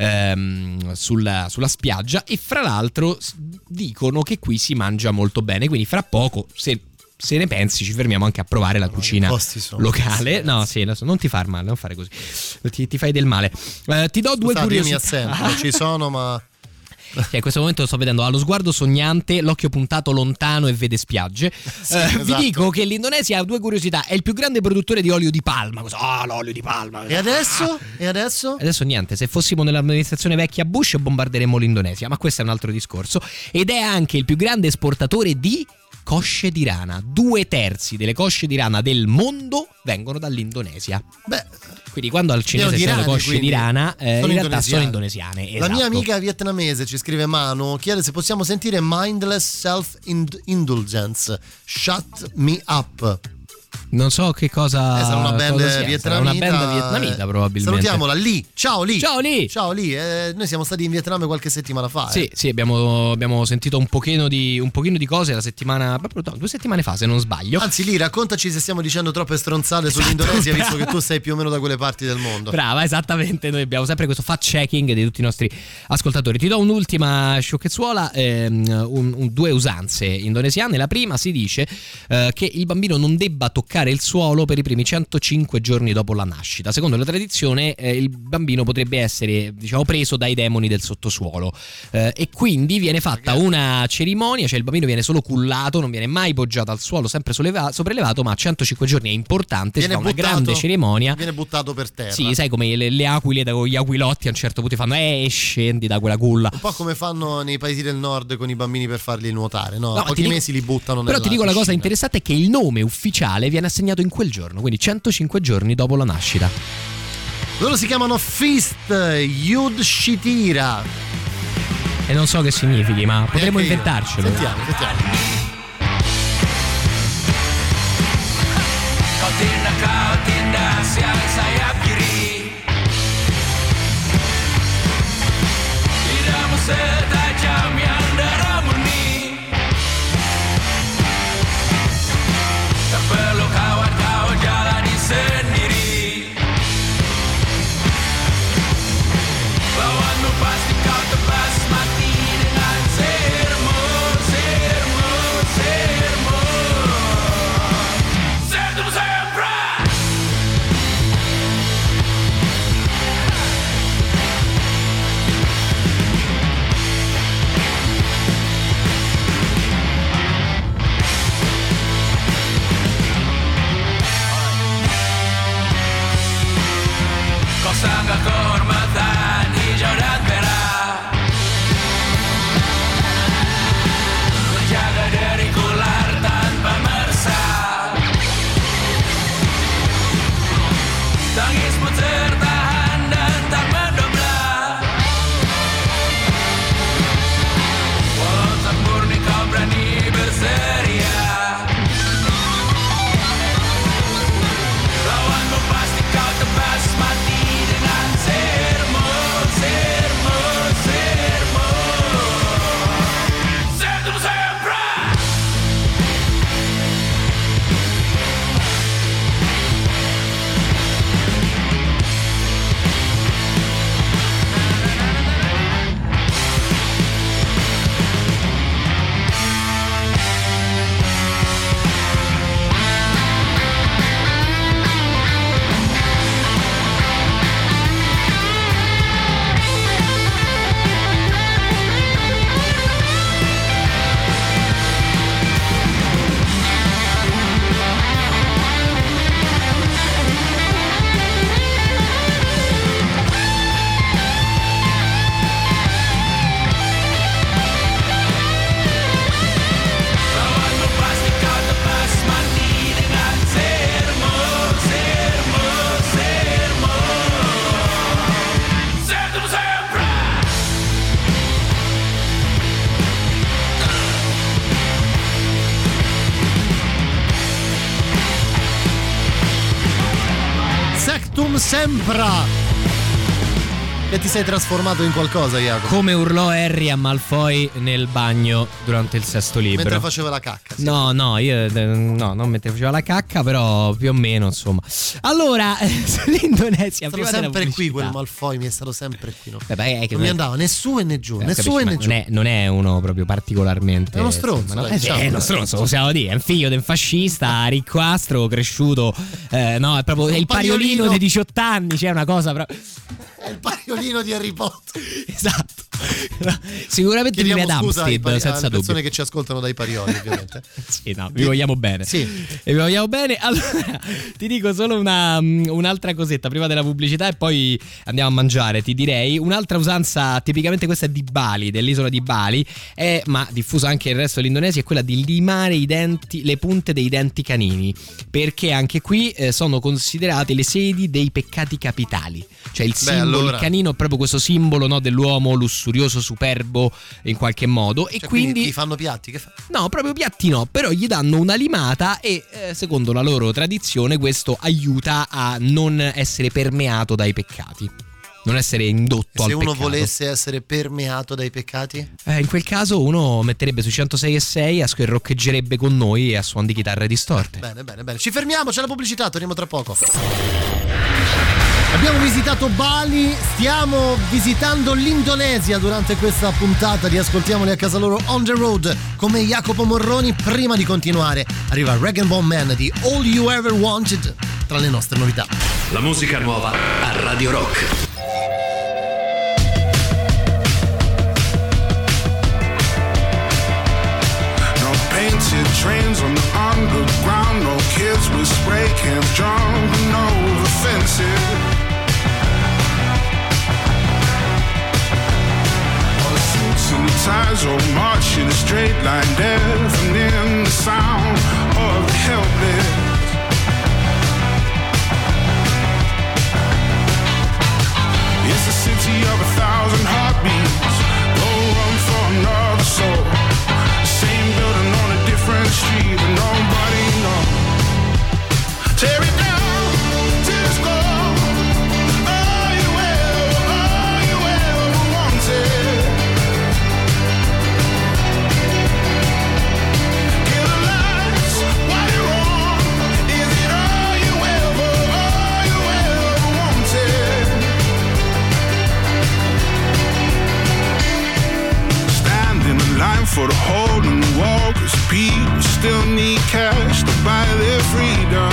S8: spiaggia, e fra l'altro dicono che qui si mangia molto bene, quindi fra poco, se ne pensi, ci fermiamo anche a provare la cucina locale. No, sì, non ti far male, non fare così, ti fai del male. Ti do due curiosità.
S7: Ci sono, ma
S8: in questo momento lo sto vedendo, ha lo sguardo sognante, l'occhio puntato lontano e vede spiagge.
S7: Esatto.
S8: Vi dico che l'Indonesia ha due curiosità: è il più grande produttore di olio di palma. L'olio di palma.
S7: E adesso?
S8: Adesso niente, se fossimo nell'amministrazione vecchia Bush bombarderemmo l'Indonesia, ma questo è un altro discorso. Ed è anche il più grande esportatore di cosce di rana. 2/3 delle cosce di rana del mondo vengono dall'Indonesia. Quindi quando al cinese si chiamano cosce di rana, in realtà sono indonesiane.
S7: La mia amica vietnamese, ci scrive Manu, chiede se possiamo sentire Mindless Self-Indulgence, Shut Me Up.
S8: Non so che cosa.
S7: Sarà una band vietnamita.
S8: Una band vietnamita, probabilmente.
S7: Salutiamola, Lee. Ciao Lee.
S8: Ciao
S7: Lee. Noi siamo stati in Vietnam qualche settimana fa.
S8: Sì, abbiamo sentito un pochino di cose la settimana, proprio 2 settimane fa, se non sbaglio.
S7: Anzi, Lee, raccontaci se stiamo dicendo troppe stronzate sull'Indonesia, visto che tu sei più o meno da quelle parti del mondo.
S8: Brava, esattamente. Noi abbiamo sempre questo fact checking di tutti i nostri ascoltatori. Ti do un'ultima sciocchezzuola, 2 usanze indonesiane. La prima, si dice che il bambino non debba toccare il suolo per i primi 105 giorni dopo la nascita. Secondo la tradizione il bambino potrebbe essere, preso dai demoni del sottosuolo, e quindi viene fatta una cerimonia, cioè il bambino viene solo cullato, non viene mai poggiato al suolo, sempre sopraelevato, ma a 105 giorni è importante, si fa una grande cerimonia,
S7: viene buttato per terra.
S8: Sì, sai come le aquile, con gli aquilotti a un certo punto fanno scendi da quella culla,
S7: un po' come fanno nei paesi del nord con i bambini per farli nuotare, no? A pochi mesi li buttano nella
S8: Però ti dico la cosa
S7: piscina.
S8: interessante è che il nome ufficiale viene assegnato in quel giorno, quindi 105 giorni dopo la nascita.
S7: Loro si chiamano Fist Yudhishthira
S8: e non so che significhi, ma potremmo inventarcelo.
S7: Sentiamo.
S13: Kau tindas yang sayap kiri, lidahmu setajam yang darah murni. Tak perlu kawan kau jalani sendiri. Lawanmu pasti kau tebas mati dengan sihirmu. Sertu sempre. Kau sangka kehormatan hijau dan merah, menjaga diriku lar tanpa meresah. Tangismu tertahan dan tak mendobrak. Walau tak murni kau berani berseria.
S7: Sectum Sempra. E ti sei trasformato in qualcosa, Jacopo?
S8: Come urlò Harry a Malfoy nel bagno durante il sesto libro.
S7: Mentre faceva la cacca. Sì.
S8: No, non mentre faceva la cacca, però più o meno, insomma. Allora, l'Indonesia
S7: è stato sempre qui quel Malfoy, mi è stato sempre qui, no?
S8: Beh,
S7: non mi andava né su e né giù, né su e né giù.
S8: Non è uno proprio particolarmente.
S7: È uno stronzo.
S8: Insomma, è uno stronzo, possiamo dire. È un figlio di un fascista, riccastro, cresciuto. No, è proprio il pariolino di 18 anni, c'è una cosa proprio.
S7: È il pariolino di Harry Potter.
S8: Esatto. Sicuramente vive ad Hampstead, senza dubbio.
S7: Le persone che ci ascoltano dai parioli, ovviamente.
S8: Sì, no, vi vogliamo bene.
S7: Sì.
S8: E vi vogliamo bene. Allora, ti dico solo un'altra cosetta prima della pubblicità e poi andiamo a mangiare. Ti direi un'altra usanza, tipicamente questa è di Bali, dell'isola di Bali, ma diffusa anche nel resto dell'Indonesia, è quella di limare i denti, le punte dei denti canini, perché anche qui sono considerate le sedi dei peccati capitali. Cioè il simbolo, il canino è proprio questo simbolo, no, dell'uomo lussurioso, superbo in qualche modo.
S7: Cioè,
S8: e quindi
S7: gli fanno piatti? Che fa?
S8: No, proprio piatti no, però gli danno una limata e secondo la loro tradizione questo aiuta a non essere permeato dai peccati, non essere indotto al peccato.
S7: Se uno volesse essere permeato dai peccati?
S8: In quel caso uno metterebbe sui 106.6 e roccheggerebbe con noi a suon di chitarre distorte.
S7: Bene. Ci fermiamo, c'è la pubblicità, torniamo tra poco. Abbiamo visitato Bali, stiamo visitando l'Indonesia durante questa puntata di Ascoltiamoli a casa loro on the road come Jacopo Morroni. Prima di continuare arriva Rag & Bone Man di All You Ever Wanted tra le nostre novità.
S1: La musica nuova a Radio Rock.
S17: Painted trains on the underground, no kids with spray cans jumping over fences. All the suits and the ties all march in a straight line, deafening the sound of the helpless. It's a city of 1,000 heartbeats, no room for another soul. Same building on a different street, but nobody knows. Tear it down to the score. All you ever wanted. Kill the lights while you're on. Is it all you ever wanted? Stand in the line for the hole in the wall, 'cause people still need cash to buy their freedom.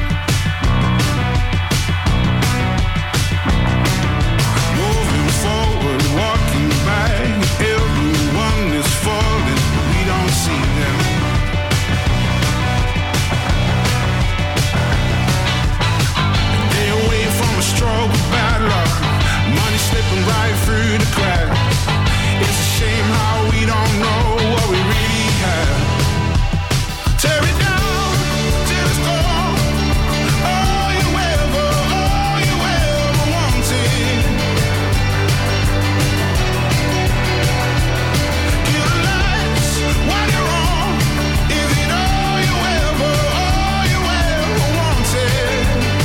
S17: Moving forward, walking back, everyone is falling, we don't see them. They away from a stroke of bad luck, money slipping right through the cracks. It's a shame how we don't know what we really have. Tear it down to the score. All you ever wanted. Kill the lights while you're on. Is it all you ever wanted?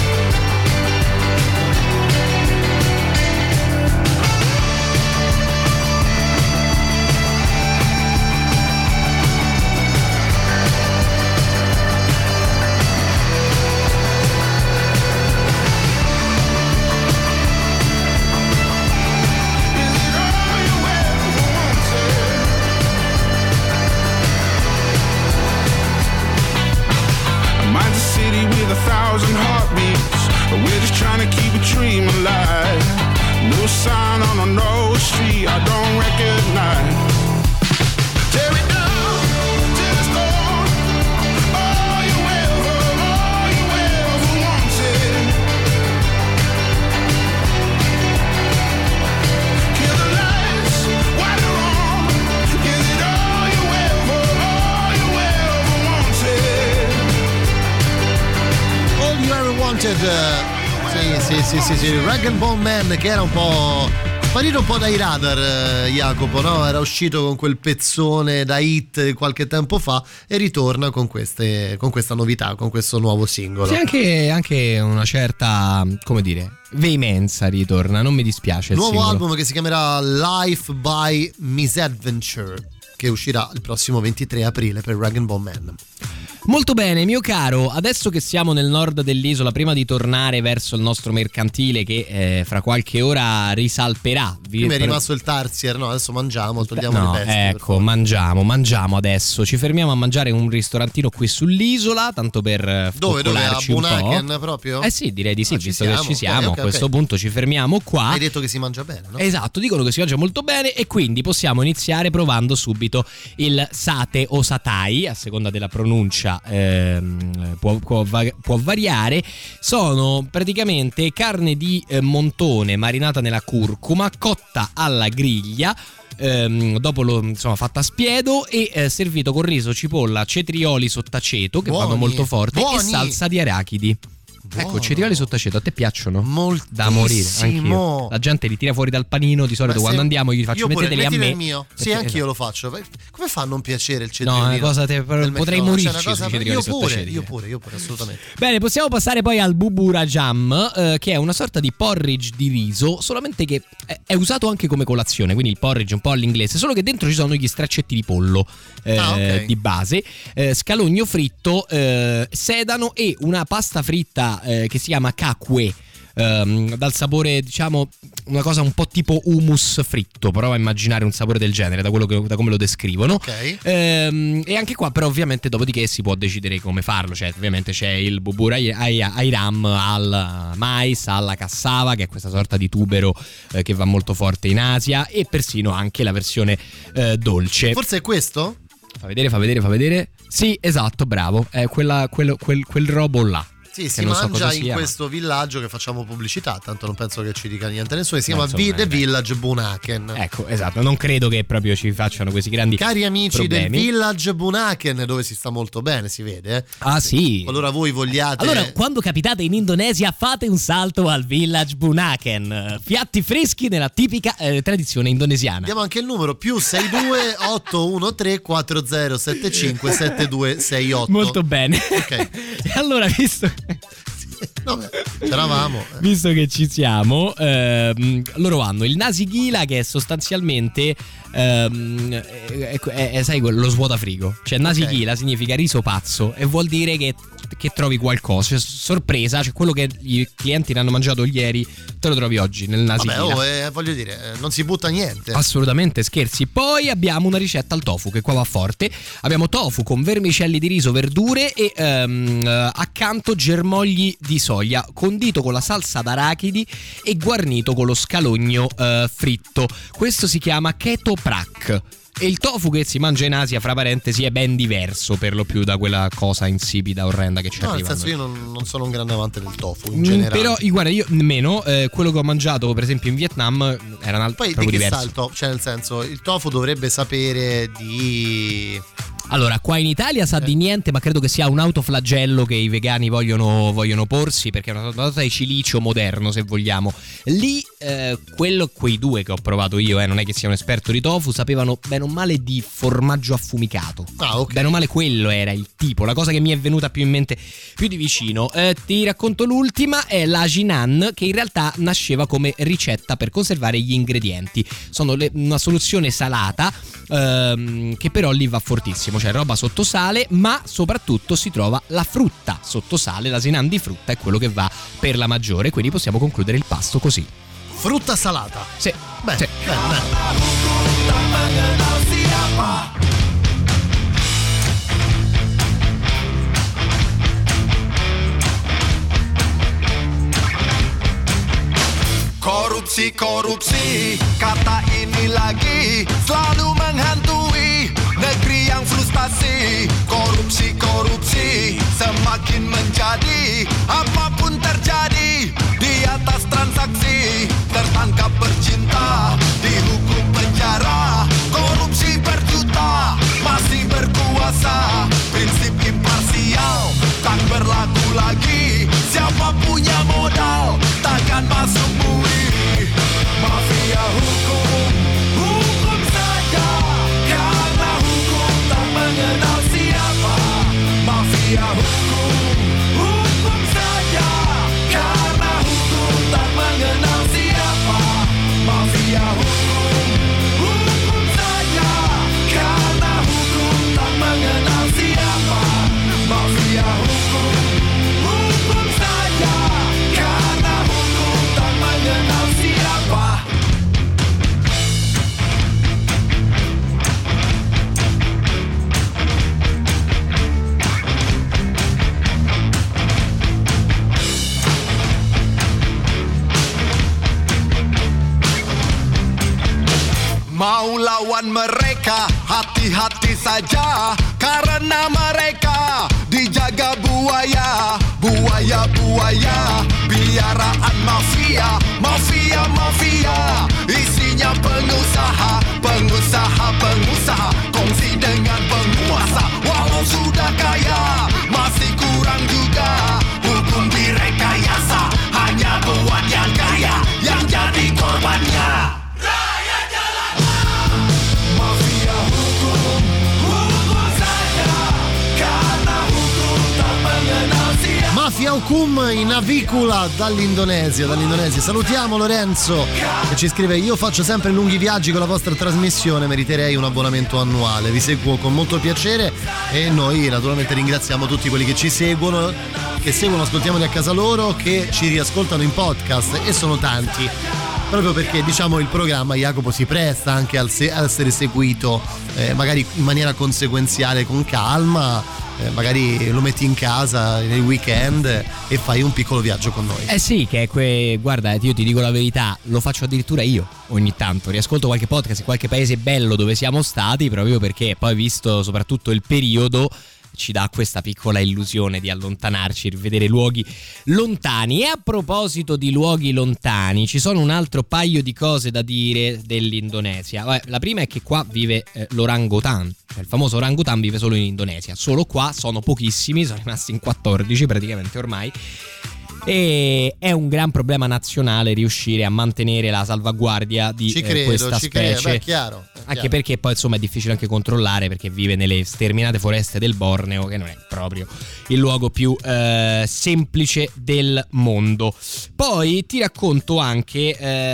S17: Mine's a city with 1,000 heartbeats, but we're just trying to keep a dream alive. No sign on a no street I don't recognize. Tear it down to the score. All you ever wanted. Kill the lights while you're on. Is it all you ever wanted?
S7: All You Ever Wanted. Sì, Rag & Bone Man, che era un po' Sparito un po' dai radar Jacopo, no? Era uscito con quel pezzone da hit qualche tempo fa e ritorna con questa novità, con questo nuovo singolo.
S8: Sì, anche una certa, come dire, veemenza ritorna, non mi dispiace.
S7: Nuovo album che si chiamerà Life by Misadventure, che uscirà il prossimo 23 aprile per Rag & Bone Man.
S8: Molto bene, mio caro, adesso che siamo nel nord dell'isola, prima di tornare verso il nostro mercantile che fra qualche ora risalperà.
S7: Prima è rimasto il Tarsier, no? Adesso mangiamo, togliamo
S8: no,
S7: le pesti.
S8: Ecco, mangiamo adesso. Ci fermiamo a mangiare un ristorantino qui sull'isola, tanto per
S7: Dove? A Bunaken proprio?
S8: Sì, direi di sì, visto che ci siamo. Okay, a questo punto ci fermiamo qua.
S7: Hai detto che si mangia bene, no?
S8: Esatto, dicono che si mangia molto bene e quindi possiamo iniziare provando subito il sate o satai, a seconda della pronuncia. Può variare. Sono praticamente carne di montone marinata nella curcuma, cotta alla griglia, dopo fatta a spiedo e servito con riso, cipolla, cetrioli sott'aceto che vanno molto forti e salsa di arachidi. Buono. Ecco, cetrioli sott'aceto, a te piacciono?
S7: Moltissimo.
S8: Da morire, anch'io. La gente li tira fuori dal panino, di solito quando andiamo gli faccio metteteli a me.
S7: Il mio. Sì, anch'io lo faccio. Come fa a non piacere il cetriolino?
S8: No, è una cosa potrei morirci sui cetrioli sott'aceto.
S7: Io pure, assolutamente.
S8: Bene, possiamo passare poi al bubura jam, che è una sorta di porridge di riso, solamente che è usato anche come colazione, quindi il porridge un po' all'inglese, solo che dentro ci sono gli straccetti di pollo okay. Di base, scalogno fritto, sedano e una pasta fritta che si chiama kakwe, dal sapore, diciamo, una cosa un po' tipo hummus fritto. Prova a immaginare un sapore del genere da come lo descrivono.
S7: Okay.
S8: E anche qua però ovviamente dopodiché si può decidere come farlo. Cioè ovviamente c'è il bubur ayram al mais, alla cassava, che è questa sorta di tubero che va molto forte in Asia, e persino anche la versione dolce.
S7: Forse è questo?
S8: Fa vedere. Sì, esatto, bravo. È quel robo là.
S7: Sì, si mangia in questo villaggio che facciamo pubblicità, tanto non penso che ci dica niente nessuno, si chiama The Village Bunaken.
S8: Ecco, esatto, non credo che proprio ci facciano questi grandi
S7: cari amici
S8: problemi.
S7: Del Village Bunaken, dove si sta molto bene, si vede.
S8: Ah sì.
S7: Allora voi vogliate.
S8: Allora, quando capitate in Indonesia, fate un salto al Village Bunaken. Piatti freschi nella tipica tradizione indonesiana.
S7: Diamo anche il numero +62 813 4075 7268.
S8: Molto bene.
S7: Ok.
S8: E allora, visto
S7: c'eravamo.
S8: Visto che ci siamo, loro hanno il nasi ghila, che è sostanzialmente sai, lo svuotafrigo. Cioè nasi ghila significa riso pazzo e vuol dire che trovi qualcosa, cioè, sorpresa, cioè quello che i clienti ne hanno mangiato ieri te lo trovi oggi nel nasi ghila.
S7: Voglio dire, non si butta niente.
S8: Assolutamente, scherzi. Poi abbiamo una ricetta al tofu che qua va forte. Abbiamo tofu con vermicelli di riso, verdure e accanto germogli di soia, condito con la salsa d'arachidi e guarnito con lo scalogno fritto. Questo si chiama keto prak. E il tofu che si mangia in Asia, fra parentesi, è ben diverso per lo più da quella cosa insipida, orrenda che ci arriva.
S7: Nel senso, io non sono un grande amante del tofu in generale.
S8: Però, guarda, io nemmeno. Quello che ho mangiato, per esempio, in Vietnam era un altro proprio diverso.
S7: Poi di che sa il tofu? Cioè, nel senso, il tofu dovrebbe sapere di...
S8: Allora, qua in Italia sa di niente, ma credo che sia un autoflagello che i vegani vogliono porsi, perché è una sorta di cilicio moderno, se vogliamo. Lì, quei due che ho provato io, non è che sia un esperto di tofu, sapevano bene o male di formaggio affumicato.
S7: Ah, ok.
S8: Bene o male quello era il tipo, la cosa che mi è venuta più in mente, più di vicino. Ti racconto l'ultima, è la Jinan, che in realtà nasceva come ricetta per conservare gli ingredienti. Sono una soluzione salata, che però lì va fortissimo. Cioè roba sotto sale, ma soprattutto si trova la frutta sotto sale. La Jinan di frutta è quello che va per la maggiore, quindi possiamo concludere il pasto così.
S7: Frutta salata.
S8: Sì.
S7: Beh,
S8: sì.
S13: Korupsi, kata ini lagi selalu menghantui negeri yang frustasi. Korupsi, semakin menjadi, apapun terjadi di atas transaksi. Tertangkap bercinta, dihukum penjara. Korupsi berjuta, masih berkuasa. Prinsip imparsial tak berlaku lagi. Siapa punya modal takkan masuk bui. Mafia
S18: mau lawan mereka, hati-hati saja, karena mereka dijaga buaya, buaya-buaya, biaraan mafia, mafia-mafia, isinya pengusaha, pengusaha-pengusaha, kongsi dengan penguasa, walau sudah kaya, masih kurang juga, hukum direkayasa, hanya buat yang kaya, yang jadi korbannya.
S7: Mafia Hukum in avicola dall'Indonesia. Salutiamo Lorenzo che ci scrive: io faccio sempre lunghi viaggi con la vostra trasmissione, meriterei un abbonamento annuale, vi seguo con molto piacere e noi naturalmente ringraziamo tutti quelli che ci seguono, che seguono Ascoltiamoli a casa loro, che ci riascoltano in podcast, e sono tanti, proprio perché diciamo il programma, Jacopo, si presta anche al essere seguito magari in maniera conseguenziale, con calma, magari lo metti in casa nei weekend e fai un piccolo viaggio con noi.
S8: Sì, che è guarda, io ti dico la verità, lo faccio addirittura io ogni tanto, riascolto qualche podcast in qualche paese bello dove siamo stati, proprio perché poi, visto soprattutto il periodo, ci dà questa piccola illusione di allontanarci, rivedere luoghi lontani. E a proposito di luoghi lontani, ci sono un altro paio di cose da dire dell'Indonesia. La prima è che qua vive l'orangutan, il famoso orangutan vive solo in Indonesia, solo qua sono pochissimi, sono rimasti in 14 praticamente ormai, e è un gran problema nazionale riuscire a mantenere la salvaguardia di questa specie.
S7: Beh, chiaro.
S8: Anche perché poi insomma è difficile anche controllare, perché vive nelle sterminate foreste del Borneo, che non è proprio il luogo più semplice del mondo. Poi ti racconto anche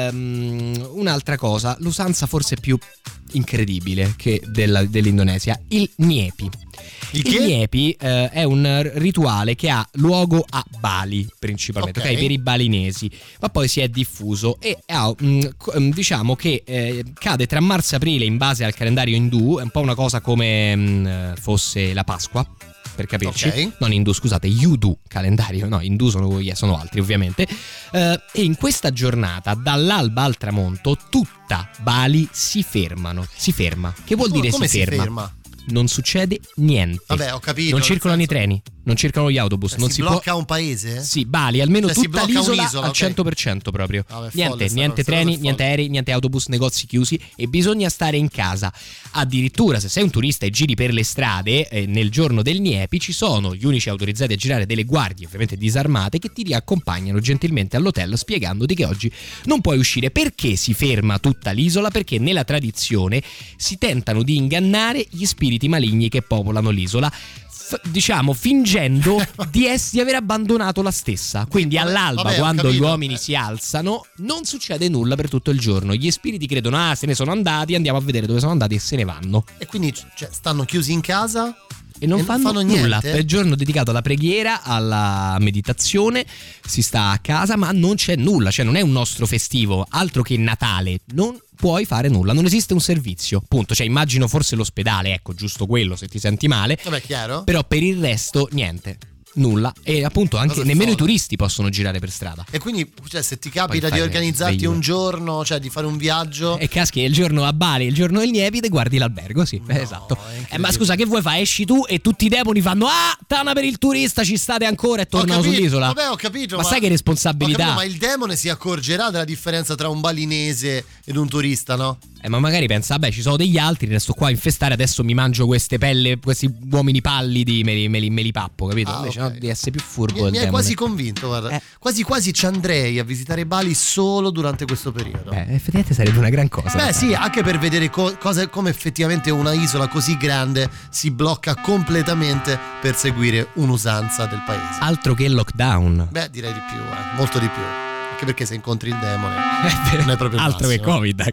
S8: un'altra cosa, l'usanza forse più incredibile che dell'Indonesia, il Nyepi. Il Nyepi è un rituale che ha luogo a Bali principalmente, ok, per i balinesi, ma poi si è diffuso e ha, diciamo che cade tra marzo e aprile in base al calendario indù, è un po' una cosa come fosse la Pasqua, per capirci, non indù, scusate, Yudu calendario, no, indù sono altri ovviamente, e in questa giornata dall'alba al tramonto tutta Bali si ferma. Che vuol dire
S7: come
S8: si ferma? Non succede niente.
S7: Vabbè, ho capito.
S8: Non circolano i treni, non circolano gli autobus. Non
S7: si blocca un paese?
S8: Sì, Bali, almeno tutta l'isola al 100% proprio.
S7: Vabbè,
S8: niente treni, niente aerei, niente autobus, negozi chiusi, e bisogna stare in casa. Addirittura se sei un turista e giri per le strade nel giorno del Nyepi, ci sono gli unici autorizzati a girare delle guardie ovviamente disarmate che ti riaccompagnano gentilmente all'hotel spiegandoti che oggi non puoi uscire. Perché si ferma tutta l'isola? Perché nella tradizione si tentano di ingannare gli spiriti maligni che popolano l'isola, diciamo fingendo di aver abbandonato la stessa. Quindi all'alba, quando gli uomini si alzano, non succede nulla per tutto il giorno. Gli spiriti credono se ne sono andati, andiamo a vedere dove sono andati, e se ne vanno.
S7: E quindi stanno chiusi in casa
S8: e non fanno nulla. È il giorno dedicato alla preghiera, alla meditazione, si sta a casa, ma non c'è nulla, cioè non è un nostro festivo, altro che Natale, non puoi fare nulla, non esiste un servizio, punto. Cioè immagino forse l'ospedale, ecco, giusto quello se ti senti male.
S7: Vabbè, chiaro.
S8: Però per il resto niente, nulla, e appunto anche nemmeno i turisti possono girare per strada.
S7: E quindi, cioè, se ti capita di organizzarti un giorno, cioè di fare un viaggio,
S8: e caschi il giorno a Bali, il giorno del Nyepi, e guardi l'albergo, sì, esatto. Ma scusa, che vuoi fare? Esci tu e tutti i demoni fanno tana per il turista, ci state ancora, e tornano sull'isola.
S7: Vabbè, ho capito.
S8: Ma sai che responsabilità?
S7: Ma il demone si accorgerà della differenza tra un balinese ed un turista, no?
S8: Ma magari pensa, vabbè, ci sono degli altri, resto qua a infestare, adesso mi mangio queste pelle, questi uomini pallidi, me li pappo, capito? Invece no, devi essere più furbo.
S7: Mi hai quasi convinto, guarda. Quasi ci andrei a visitare Bali solo durante questo periodo.
S8: Effettivamente sarebbe una gran cosa.
S7: Beh, sì, anche per vedere come effettivamente una isola così grande si blocca completamente per seguire un'usanza del paese.
S8: Altro che lockdown.
S7: Beh, direi di più, molto di più. Anche perché se incontri il demone non è proprio il
S8: altro
S7: massimo.
S8: Che Covid.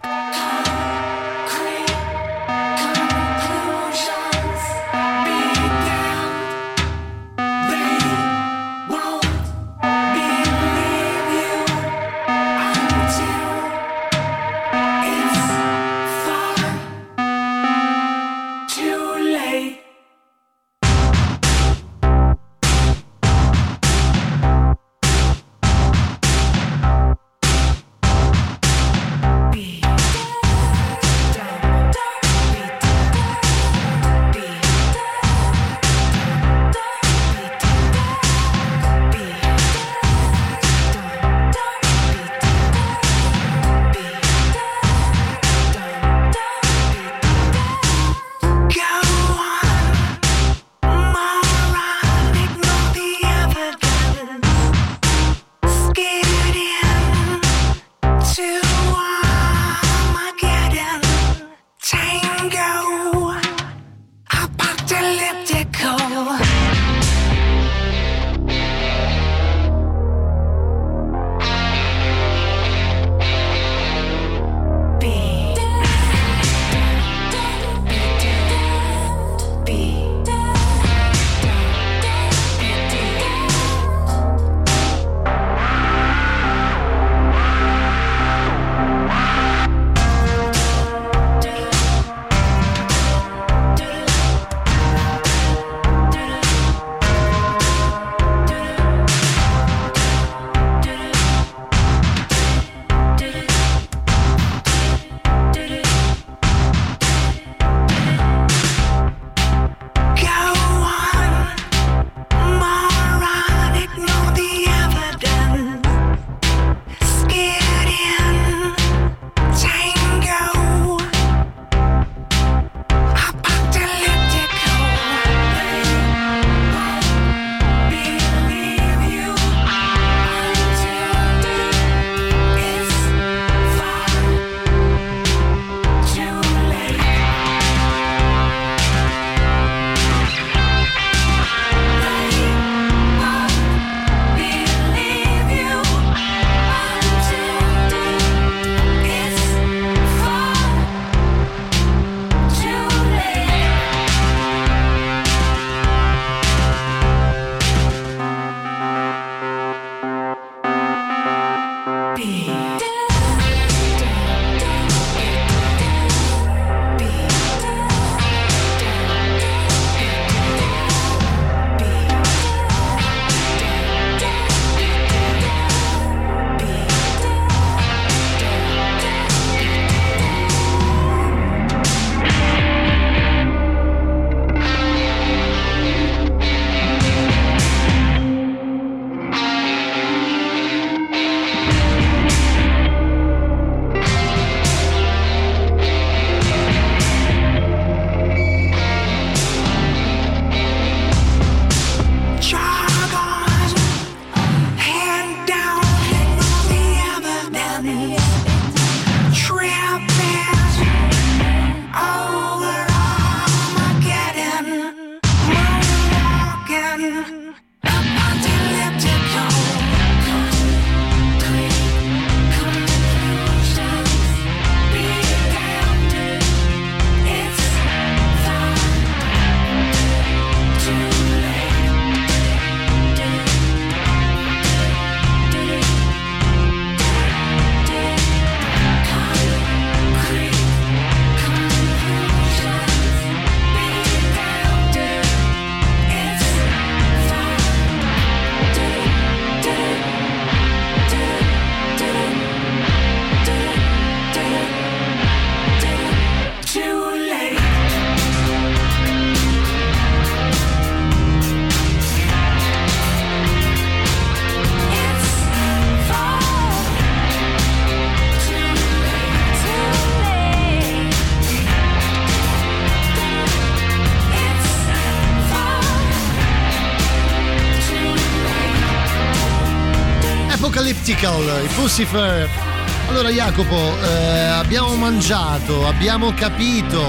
S7: I Pussifer. Allora Jacopo, abbiamo mangiato, abbiamo capito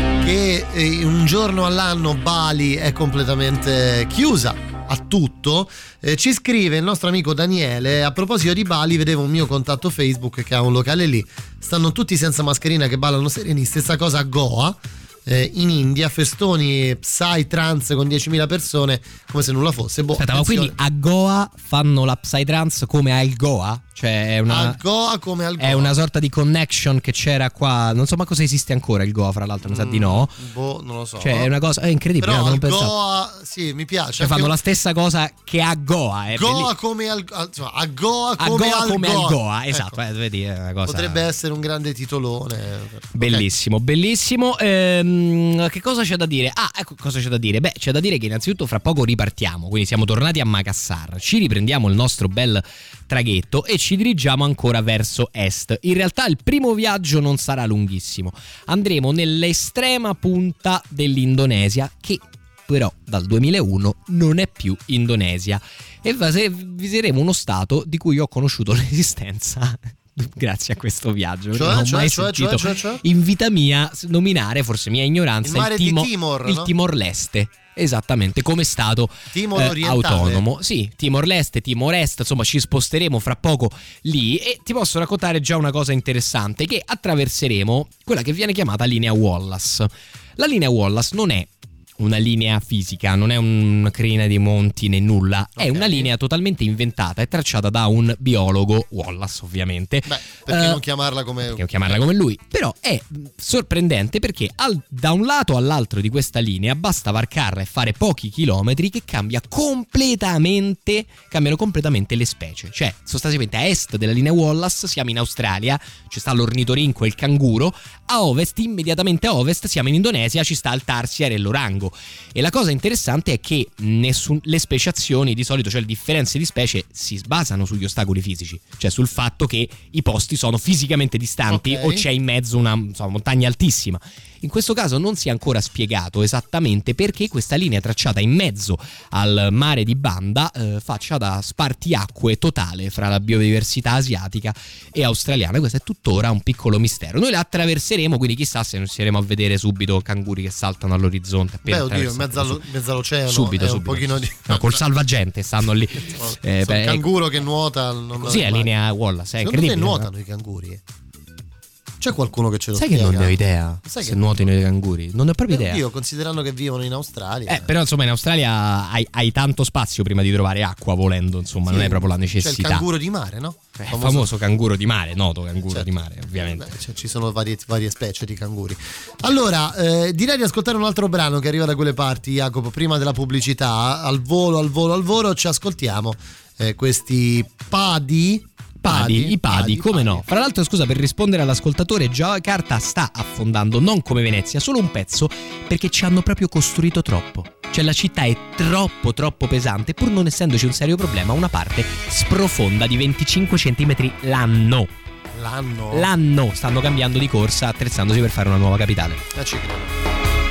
S7: che un giorno all'anno Bali è completamente chiusa a tutto. Ci scrive il nostro amico Daniele: a proposito di Bali, vedevo un mio contatto Facebook che ha un locale lì, stanno tutti senza mascherina che ballano sereni. Stessa cosa a Goa, in India, festoni Psytrance con 10.000 persone come se nulla fosse.
S8: Aspetta, ma quindi a Goa fanno la Psytrance come al Goa? Cioè è una,
S7: a Goa come al Goa.
S8: È una sorta di connection che c'era qua. Non so ma cosa esiste ancora il Goa, fra l'altro, mi sa di no.
S7: Non lo so.
S8: Cioè è una cosa è incredibile.
S7: Però
S8: non
S7: al
S8: pensavo.
S7: Goa, sì, mi piace.
S8: Cioè fanno la stessa cosa che a Goa.
S7: Goa come al Goa. A Goa come al Goa.
S8: Esatto, ecco. Vedi, è una cosa.
S7: Potrebbe essere un grande titolone.
S8: Bellissimo, okay. Bellissimo. Che cosa c'è da dire? Ecco cosa c'è da dire. Beh, c'è da dire che innanzitutto fra poco ripartiamo. Quindi siamo tornati a Makassar. Ci riprendiamo il nostro bel traghetto e ci dirigiamo ancora verso est. In realtà il primo viaggio non sarà lunghissimo. Andremo nell'estrema punta dell'Indonesia, che però dal 2001 non è più Indonesia, e visiteremo uno stato di cui ho conosciuto l'esistenza grazie a questo viaggio. Non ho mai sentito in vita mia nominare, forse mia ignoranza, il Timor-Leste. Esattamente, come stato autonomo. Sì, Timor-Leste, Timor-Est, insomma ci sposteremo fra poco lì e ti posso raccontare già una cosa interessante, che attraverseremo quella che viene chiamata linea Wallace. La linea Wallace non è una linea fisica, non è una crina di monti né nulla, è una linea totalmente inventata e tracciata da un biologo, Wallace ovviamente.
S7: Beh, perché non chiamarla come
S8: lui? Però è sorprendente perché da un lato all'altro di questa linea basta varcarla e fare pochi chilometri che cambiano completamente le specie. Cioè sostanzialmente a est della linea Wallace siamo in Australia, ci sta l'ornitorinco e il canguro, a ovest, immediatamente a ovest siamo in Indonesia, ci sta il tarsier e l'orango. E la cosa interessante è che le speciazioni di solito, cioè le differenze di specie, si basano sugli ostacoli fisici, cioè sul fatto che i posti sono fisicamente distanti o c'è in mezzo una montagna altissima. In questo caso non si è ancora spiegato esattamente perché questa linea tracciata in mezzo al mare di Banda faccia da spartiacque totale fra la biodiversità asiatica e australiana. Questo è tuttora un piccolo mistero. Noi la attraverseremo, quindi chissà se riusciremo a vedere subito canguri che saltano all'orizzonte.
S7: Beh, oddio, in mezzo all'oceano
S8: subito.
S7: Un pochino di...
S8: No, col salvagente stanno lì.
S7: Il canguro che nuota.
S8: Così è linea Wallace, è incredibile.
S7: Secondo te nuotano i canguri? C'è qualcuno che ce lo
S8: Sai
S7: spiega?
S8: che non ne ho idea se nuotino i canguri. Non ne ho proprio idea.
S7: Io, considerando che vivono in Australia.
S8: Però insomma in Australia hai tanto spazio prima di trovare acqua volendo, insomma, non è proprio la necessità.
S7: C'è il canguro di mare, no?
S8: Famoso canguro di mare, noto canguro di mare, ovviamente.
S7: Ci sono varie specie di canguri. Allora, direi di ascoltare un altro brano che arriva da quelle parti, Jacopo, prima della pubblicità. Al volo, ci ascoltiamo questi Padi,
S8: come no? Fra l'altro, scusa, per rispondere all'ascoltatore, Giacarta sta affondando, non come Venezia, solo un pezzo, perché ci hanno proprio costruito troppo. Cioè la città è troppo pesante, pur non essendoci un serio problema, una parte sprofonda di 25 centimetri l'anno. Stanno cambiando di corsa, attrezzandosi per fare una nuova capitale.
S7: Ci credo.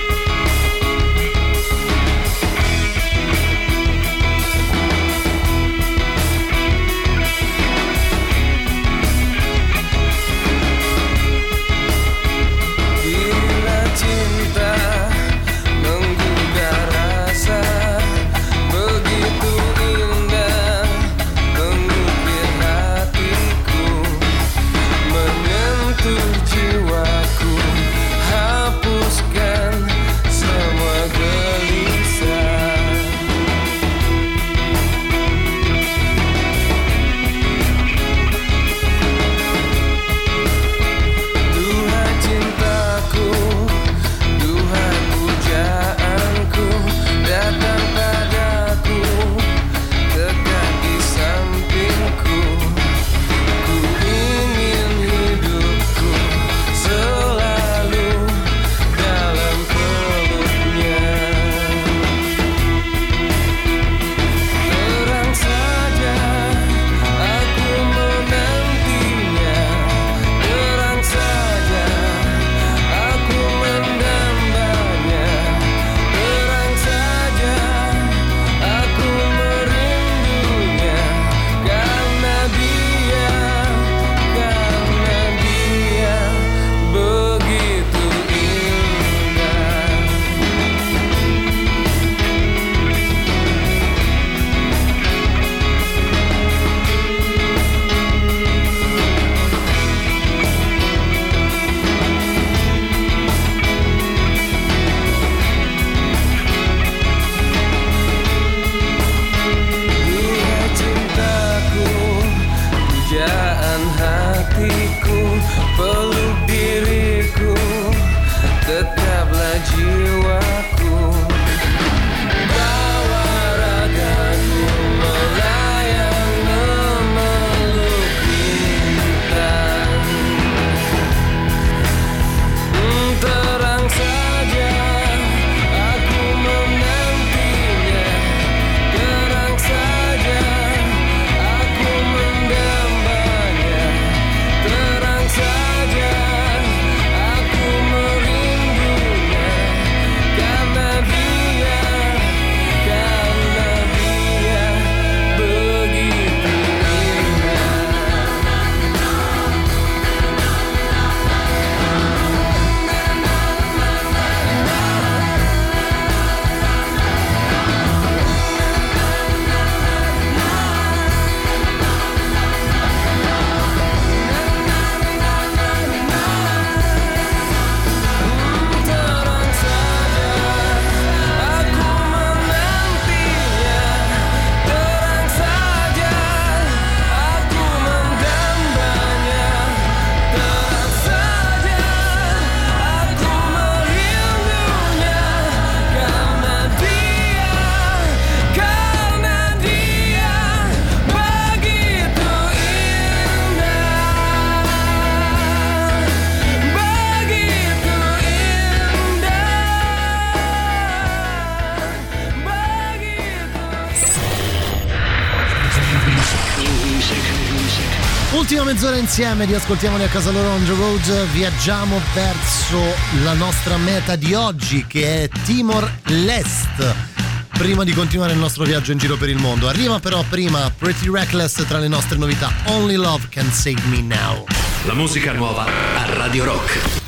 S7: Ultima mezz'ora insieme, riascoltiamoli a casa loro on the road. Viaggiamo verso la nostra meta di oggi, che è Timor-Leste. Prima di continuare il nostro viaggio in giro per il mondo, arriva però prima Pretty Reckless tra le nostre novità. Only Love Can Save Me Now.
S1: La musica nuova a Radio Rock.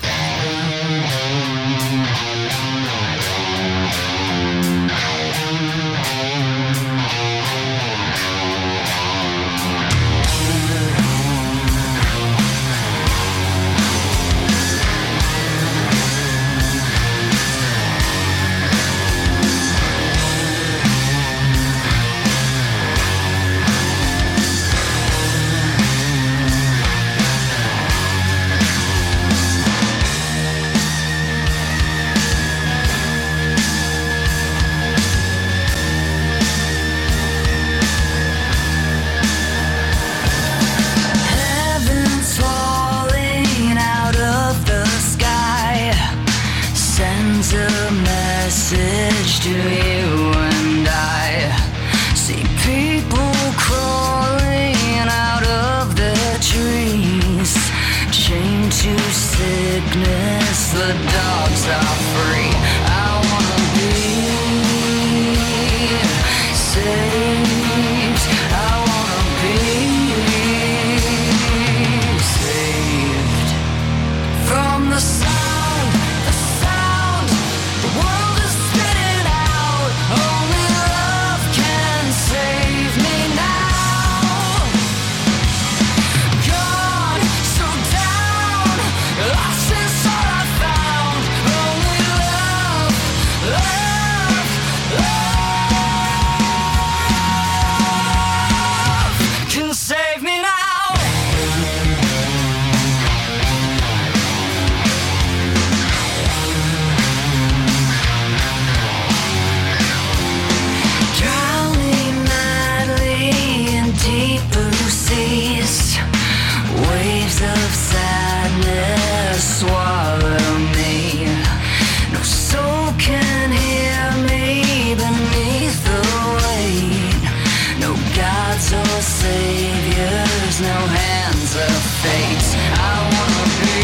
S14: no hands of fate. I wanna be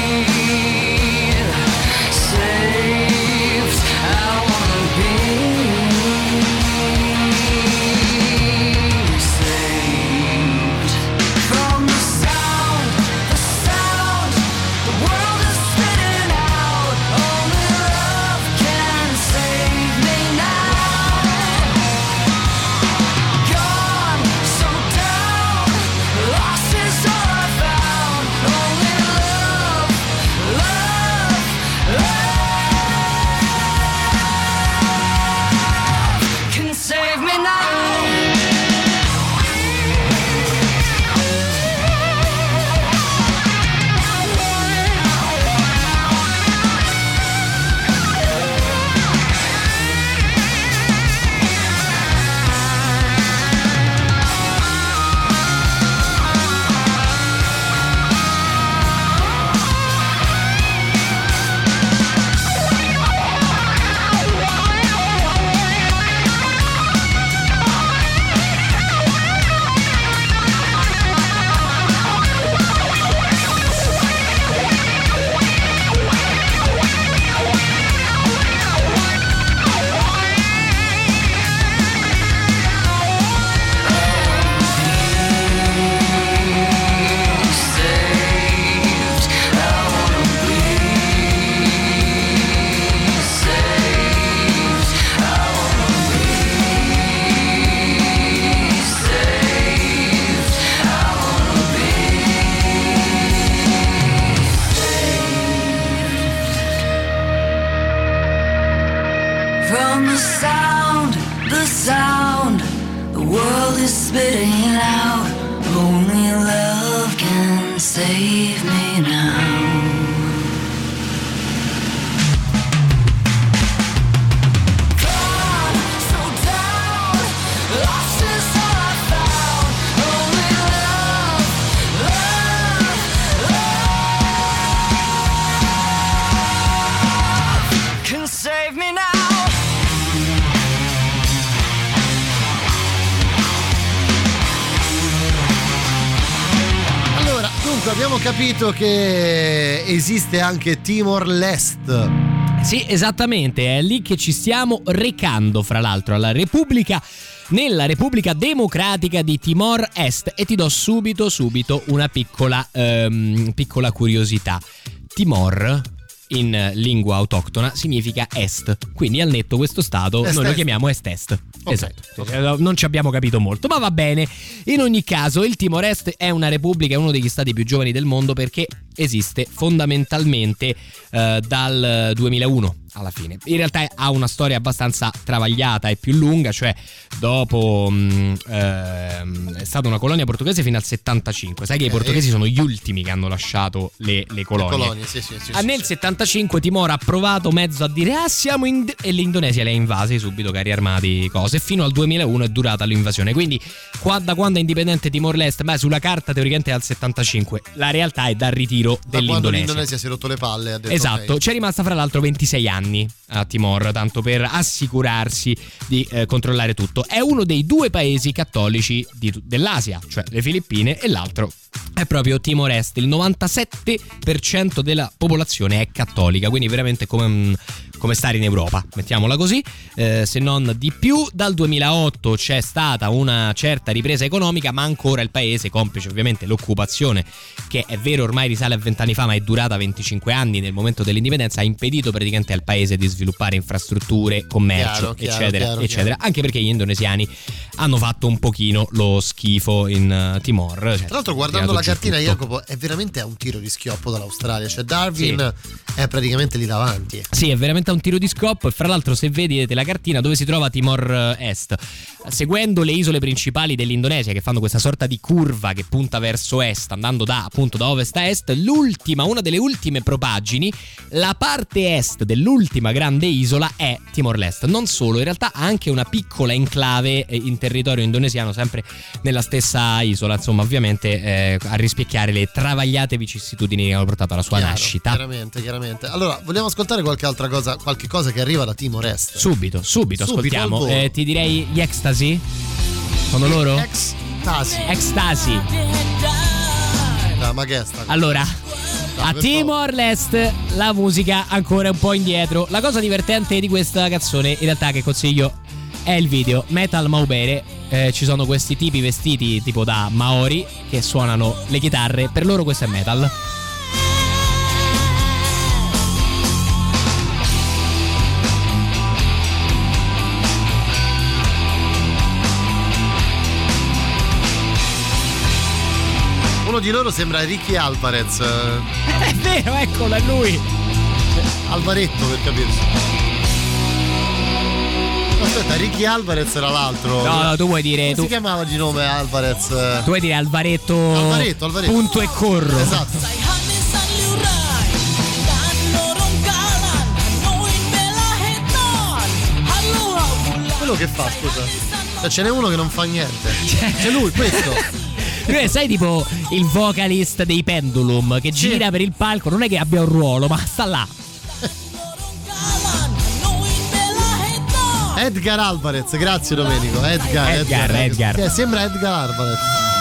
S14: saved. I wanna be saved from the sound, the world is spitting out. Only love can save me now. Gone, so down, lost is all I found. Only love, love, love can save me now. From the sound, the world is spitting out. Only love can save me now. Save me now.
S7: Allora, dunque abbiamo capito che esiste anche Timor-Leste.
S8: Sì, esattamente, è lì che ci stiamo recando, fra l'altro, nella Repubblica Democratica di Timor Est, e ti do subito una piccola curiosità. Timor in lingua autoctona significa est, quindi al netto questo stato noi lo chiamiamo est-est. Okay. Esatto, non ci abbiamo capito molto, ma va bene. In ogni caso il Timor Est è una repubblica, è uno degli stati più giovani del mondo, perché esiste fondamentalmente dal 2001 alla fine. In realtà ha una storia abbastanza travagliata e più lunga, cioè dopo è stata una colonia portoghese fino al 75. Sai che i portoghesi sono gli ultimi che hanno lasciato le colonie. Sì, nel 75 Timor ha provato mezzo a dire siamo e l'Indonesia le ha invasi subito, carri armati, cose. Fino al 2001 è durata l'invasione. Quindi da quando è indipendente Timor-Leste? Beh, sulla carta teoricamente è al 75. La realtà è dal ritiro dell'Indonesia.
S7: Quando l'Indonesia si è rotto le palle, ha detto
S8: esatto, c'è rimasta fra l'altro 26 anni a Timor, tanto per assicurarsi di controllare tutto. È uno dei due paesi cattolici dell'Asia, cioè le Filippine, e l'altro è proprio Timor-Est. Il 97% della popolazione è cattolica, quindi veramente come stare in Europa, mettiamola così, se non di più. Dal 2008 c'è stata una certa ripresa economica, ma ancora il paese, complice ovviamente l'occupazione, che è vero ormai risale a 20 anni fa, ma è durata 25 anni nel momento dell'indipendenza, ha impedito praticamente al paese di sviluppare infrastrutture, commercio, eccetera. Anche perché gli indonesiani hanno fatto un pochino lo schifo in Timor. Cioè,
S7: tra l'altro, guardando la cartina, Jacopo, è veramente a un tiro di schioppo dall'Australia, cioè Darwin è praticamente lì davanti.
S8: Sì, è veramente a un tiro di schioppo. E fra l'altro, se vedete la cartina, dove si trova Timor Est, seguendo le isole principali dell'Indonesia, che fanno questa sorta di curva che punta verso est, andando da ovest a est, una delle ultime propagini, la parte est dell'ultima grande isola è Timor-Leste. Non solo, in realtà ha anche una piccola enclave in territorio indonesiano, sempre nella stessa isola, insomma, ovviamente a rispecchiare le travagliate vicissitudini che hanno portato alla sua nascita.
S7: Chiaramente. Allora, vogliamo ascoltare qualche altra cosa, qualche cosa che arriva da Timor-Est?
S8: Subito ascoltiamo. Ti direi gli Ecstasy. Sono loro? Ecstasy.
S7: Ma che è sta?
S8: Allora, a Timor-Leste la musica ancora un po' indietro. La cosa divertente di questa canzone, in realtà, che consiglio, è il video. Metal Maubere. Ci sono questi tipi vestiti tipo da Maori che suonano le chitarre. Per loro questo è metal.
S7: Uno di loro sembra Ricky Alvarez.
S8: È vero, eccolo, è lui.
S7: Alvaretto, per capirci. Aspetta, Ricky Alvarez era l'altro.
S8: No, tu vuoi dire.
S7: Come si chiamava di nome Alvarez?
S8: Tu vuoi dire Alvaretto.
S7: Alvaretto.
S8: Punto e corro.
S7: Esatto. Quello che fa, scusa? Ce n'è uno che non fa niente. C'è lui, questo.
S8: Sai, tipo il vocalist dei Pendulum che gira per il palco, non è che abbia un ruolo, ma sta là.
S7: Edgar Alvarez, grazie Domenico. Edgar. Sembra Edgar Alvarez.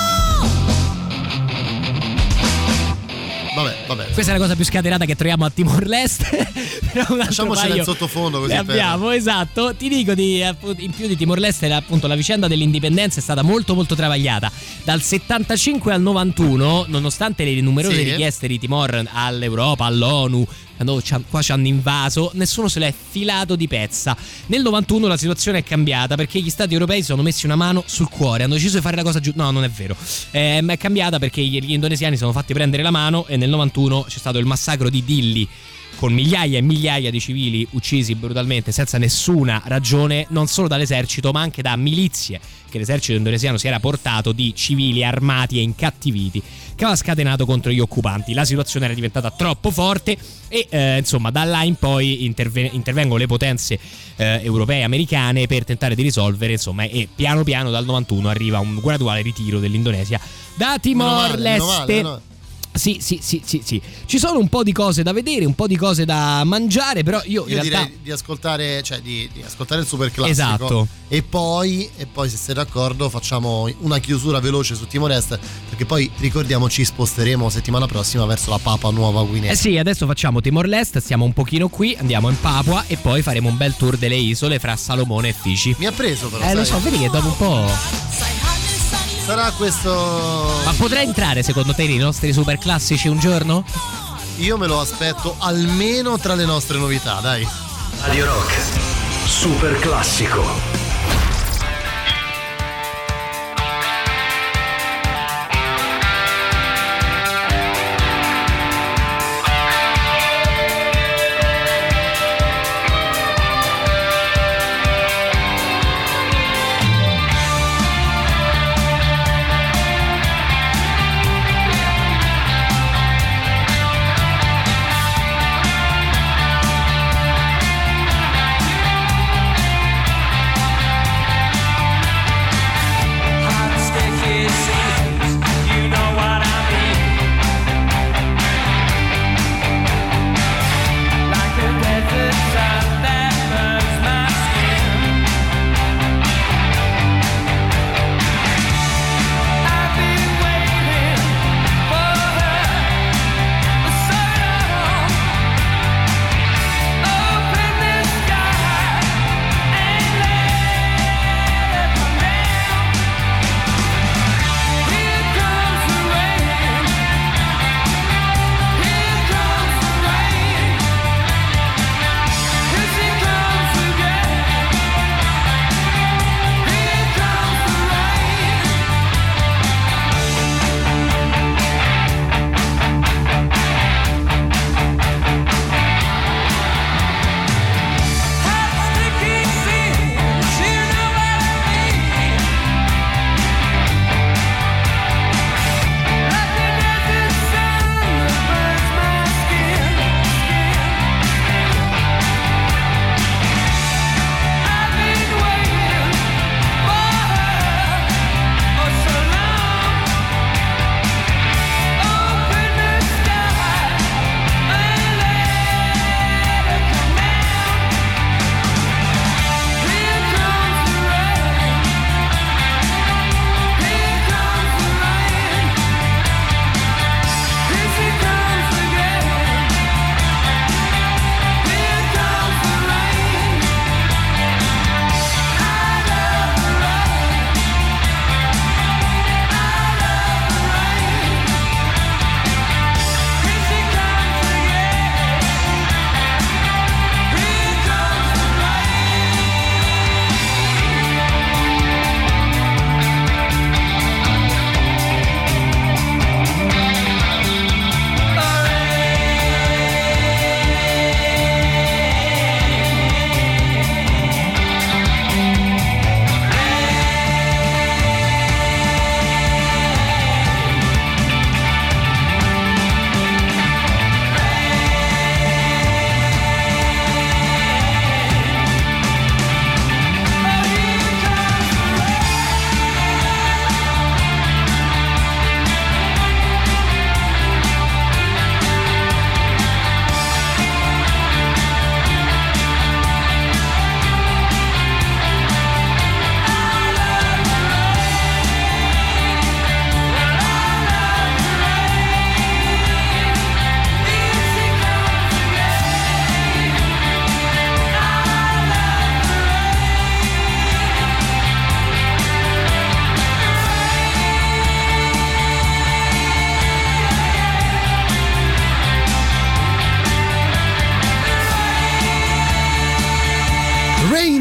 S7: Vabbè.
S8: Questa è la cosa più scatenata che troviamo a Timor-Leste.
S7: Lasciamocela in sottofondo così.
S8: Abbiamo, esatto. Ti dico in più di Timor-Leste, appunto, la vicenda dell'indipendenza è stata molto molto travagliata. Dal 75 al 91, nonostante le numerose richieste di Timor all'Europa, all'ONU, quando qua ci hanno invaso, nessuno se l'è filato di pezza. Nel 91 la situazione è cambiata perché gli stati europei sono messi una mano sul cuore, hanno deciso di fare la cosa giusta. No, non è vero. È cambiata perché gli indonesiani sono fatti prendere la mano e nel 91 c'è stato il massacro di Dili, con migliaia e migliaia di civili uccisi brutalmente senza nessuna ragione, non solo dall'esercito ma anche da milizie che l'esercito indonesiano si era portato, di civili armati e incattiviti, che aveva scatenato contro gli occupanti. La situazione era diventata troppo forte e insomma da là in poi intervengono le potenze europee e americane per tentare di risolvere, insomma, e piano piano dal 91 arriva un graduale ritiro dell'Indonesia da Timor-Leste. Sì. Ci sono un po' di cose da vedere, un po' di cose da mangiare, però io in realtà
S7: direi di ascoltare, cioè di ascoltare il super classico.
S8: Esatto.
S7: E poi se sei d'accordo facciamo una chiusura veloce su Timor-Est, perché poi ricordiamo ci sposteremo settimana prossima verso la Papua Nuova Guinea.
S8: Sì, adesso facciamo Timor-Lest, stiamo un pochino qui, andiamo in Papua e poi faremo un bel tour delle isole fra Salomone e Fici.
S7: Mi ha preso però.
S8: Lo so, vedi che dopo un po'
S7: sarà questo.
S8: Ma potrà entrare secondo te nei nostri super classici un giorno?
S7: Io me lo aspetto almeno tra le nostre novità, dai.
S19: Radio Rock super classico.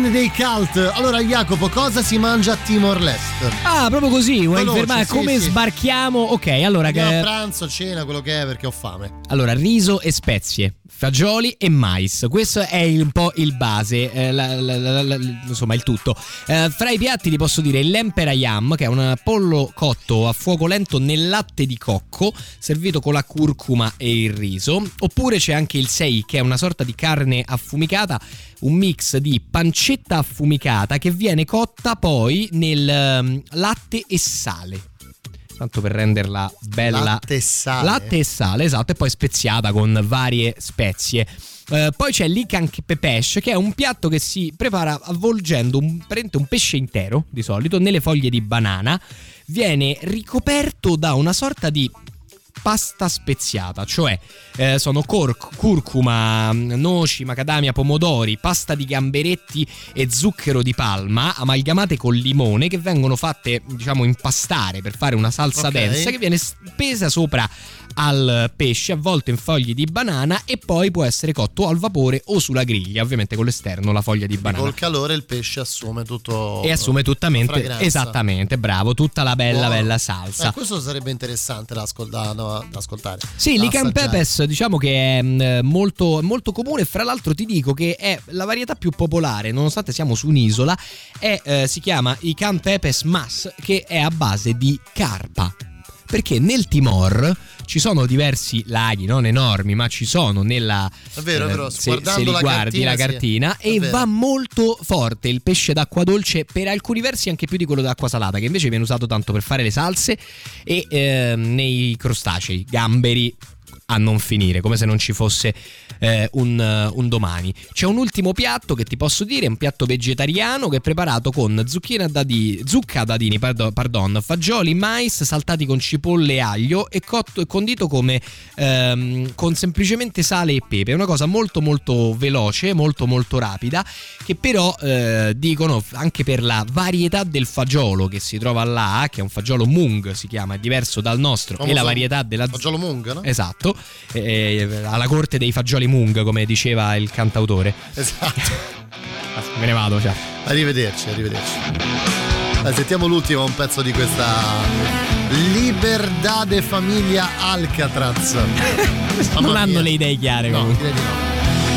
S7: Holiday Cult. Allora Jacopo, cosa si mangia a Timor-Leste?
S8: Ah, proprio così, vuoi fermare?
S7: Sì,
S8: come
S7: sì.
S8: sbarchiamo? Ok, allora
S7: a pranzo, cena, quello che è, perché ho fame.
S8: Allora, riso e spezie, fagioli e mais. Questo è un po' il base, insomma il tutto. Fra i piatti ti posso dire il lempera yam, che è un pollo cotto a fuoco lento nel latte di cocco, servito con la curcuma e il riso. Oppure c'è anche il sei, che è una sorta di carne affumicata, un mix di pancetta affumicata che viene cotta poi nel latte e sale, tanto per renderla bella.
S7: Latte e sale,
S8: esatto, e poi speziata con varie spezie. Poi c'è l'ikan pepesh, che è un piatto che si prepara avvolgendo un pesce intero, di solito, nelle foglie di banana. Viene ricoperto da una sorta di pasta speziata, cioè sono curcuma, noci, macadamia, pomodori, pasta di gamberetti e zucchero di palma amalgamate con limone, che vengono fatte, diciamo, impastare per fare una salsa densa, che viene spesa sopra al pesce, avvolto in foglie di banana, e poi può essere cotto al vapore o sulla griglia, ovviamente con l'esterno la foglia di banana.
S7: Col calore il pesce assume tutto
S8: e assume tuttamente, esattamente, bravo, tutta la bella salsa.
S7: Questo sarebbe interessante da ascoltare.
S8: Sì, l'ikan pepes diciamo che è molto, molto comune. Fra l'altro ti dico che è la varietà più popolare, nonostante siamo su un'isola. Si chiama ikan pepes mas, che è a base di carpa, perché nel Timor ci sono diversi laghi, non enormi, ma ci sono nella...
S7: È vero,
S8: se li guardi la cartina, e va molto forte il pesce d'acqua dolce, per alcuni versi anche più di quello d'acqua salata, che invece viene usato tanto per fare le salse, e nei crostacei, gamberi a non finire, come se non ci fosse un domani. C'è un ultimo piatto che ti posso dire, è un piatto vegetariano che è preparato con zucca dadini, fagioli, mais saltati con cipolle e aglio, e cotto e condito come con semplicemente sale e pepe. È una cosa molto molto veloce, molto molto rapida, che però dicono, anche per la varietà del fagiolo che si trova là, che è un fagiolo mung, si chiama, è diverso dal nostro, e la varietà della
S7: fagiolo mung, no?
S8: Esatto, alla corte dei fagioli mung, come diceva il cantautore.
S7: Esatto.
S8: Me ne vado, ciao.
S7: Arrivederci. Dai, sentiamo l'ultimo, un pezzo di questa Liberdade Famiglia Alcatraz.
S8: Non hanno le idee chiare,
S7: no,
S8: comunque.
S7: direi di no.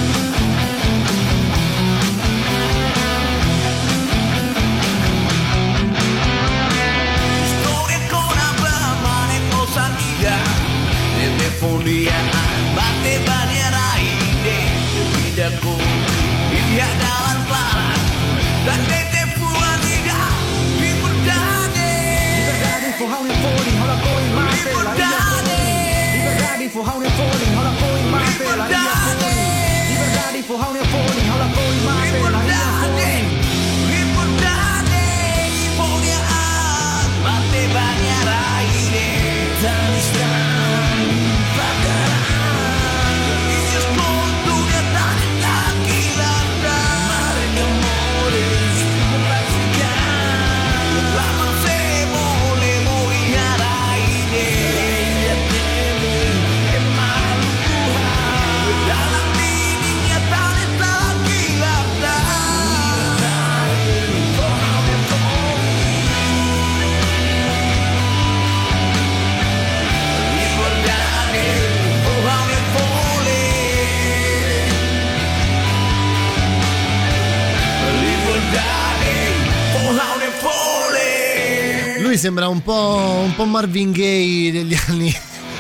S13: Follia, batte bagnerai vida con il dalam para dan dete fuaniga liberdade for how you falling how la going my liberdade for how you falling how la going my liberdade for how you falling how la going my liberdade follia batte bagnerai dan strano.
S7: Lui sembra un po' Marvin Gaye degli anni.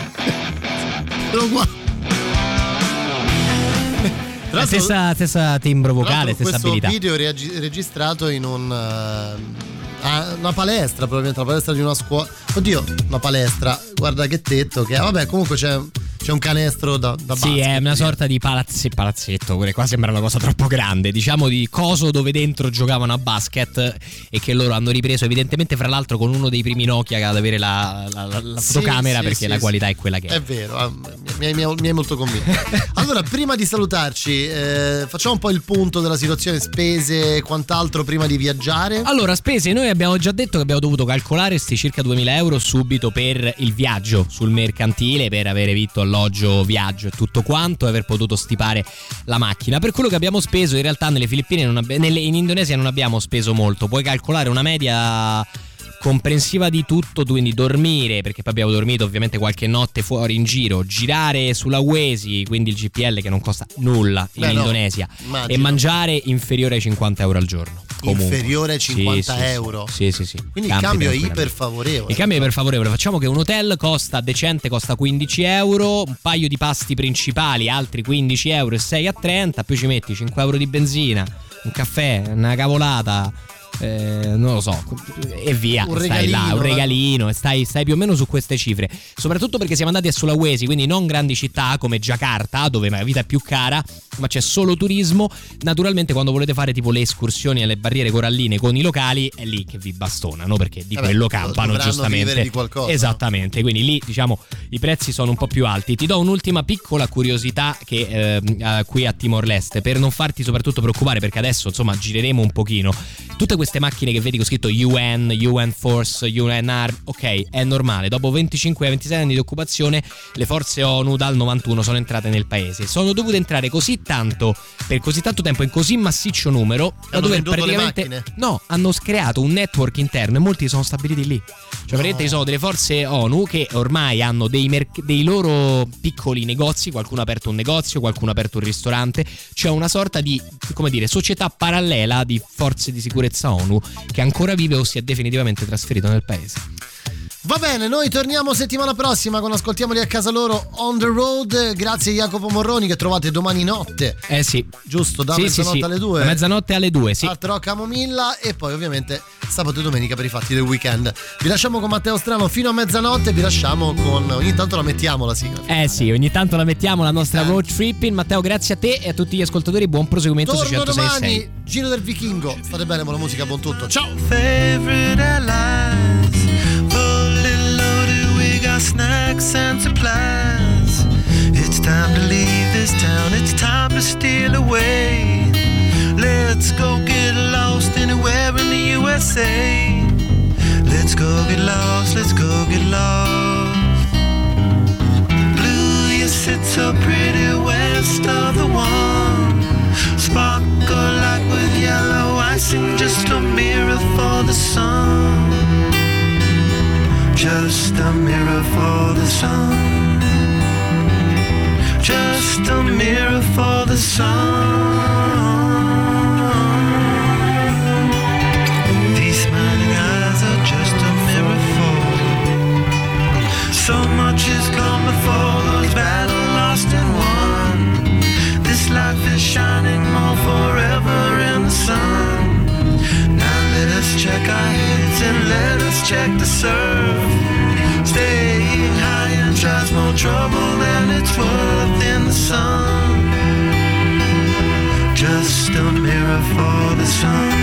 S8: La stessa timbro vocale, stessa abilità.
S7: Questo video registrato in una palestra, probabilmente la palestra di una scuola. Oddio, una palestra, guarda che tetto che vabbè, comunque c'è un canestro da basket.
S8: Sì, è una sorta di palazzetto, qua sembra una cosa troppo grande, diciamo di coso dove dentro giocavano a basket, e che loro hanno ripreso evidentemente, fra l'altro con uno dei primi Nokia ad avere la fotocamera, perché la qualità è quella che è.
S7: È vero, mi hai molto convinto. Allora, prima di salutarci, facciamo un po' il punto della situazione spese e quant'altro prima di viaggiare.
S8: Allora, spese, noi abbiamo già detto che abbiamo dovuto calcolare sti circa 2000 euro subito per il viaggio sul mercantile, per avere vitto, alloggio, viaggio e tutto quanto, e aver potuto stipare la macchina. Per quello che abbiamo speso, in realtà nelle Filippine in Indonesia non abbiamo speso molto. Puoi calcolare una media comprensiva di tutto, quindi dormire, perché poi abbiamo dormito ovviamente qualche notte fuori in giro, girare sulla Waze, quindi il GPL che non costa nulla in Indonesia, e mangiare inferiore ai 50 euro al giorno. Comunque.
S7: Inferiore ai 50 euro?
S8: Sì.
S7: Quindi il cambio è iperfavorevole.
S8: Il cambio è iperfavorevole. Facciamo che un hotel decente costa 15 euro, un paio di pasti principali altri 15 euro e 6 a 30, poi ci metti 5 euro di benzina, un caffè, una cavolata, non lo so, e via, stai là, un regalino, e stai più o meno su queste cifre, soprattutto perché siamo andati a Sulawesi, quindi non grandi città come Giacarta, dove la vita è più cara, ma c'è solo turismo. Naturalmente quando volete fare tipo le escursioni alle barriere coralline con i locali, è lì che vi bastonano, perché di quello campano giustamente,
S7: di qualcosa,
S8: esattamente, no? Quindi lì diciamo i prezzi sono un po' più alti. Ti do un'ultima piccola curiosità che qui a Timor-Leste, per non farti soprattutto preoccupare, perché adesso insomma gireremo un pochino. Tutte queste macchine che vedi con scritto UN Force, UN Army, ok, è normale, dopo 25-26 anni di occupazione le forze ONU dal 91 sono entrate nel paese, sono dovute entrare così tanto, per così tanto tempo, in così massiccio numero, da dover praticamente hanno creato un network interno e molti sono stabiliti lì. Cioè praticamente ci sono delle forze ONU che ormai hanno dei loro piccoli negozi, qualcuno ha aperto un negozio, qualcuno ha aperto un ristorante, c'è una sorta di, come dire, società parallela di forze di sicurezza ONU che ancora vive o si è definitivamente trasferito nel paese.
S7: Va bene, noi torniamo settimana prossima con Ascoltiamoli a casa loro on the road. Grazie Jacopo Morroni, che trovate domani notte.
S8: Sì.
S7: Giusto, da mezzanotte alle 2.
S8: Da mezzanotte alle 2, sì.
S7: Hard Rock Camomilla, e poi ovviamente sabato e domenica per i fatti del weekend. Vi lasciamo con Matteo Strano fino a mezzanotte, vi lasciamo con... ogni tanto la mettiamo la sigla.
S8: Sì, ogni tanto la mettiamo, la nostra road tripping. Matteo, grazie a te e a tutti gli ascoltatori, buon proseguimento su 106.6.
S7: Domani, Giro del Vichingo. State bene, buona musica, buon tutto. Ciao!
S13: Snacks and supplies. It's time to leave this town. It's time to steal away. Let's go get lost anywhere in the USA. Let's go get lost. Let's go get lost. Blue, you sit so pretty west of the one. Sparkle like with yellow icing, just a mirror for the sun. Just a mirror for the sun. Just a mirror for the sun. These smiling eyes are just a mirror for. So much has come before, those battles lost and won. This life is shining more forever in the sun. Let us check our heads and let us check the surf. Staying high and tries more trouble than it's worth in the sun. Just a mirror for the sun.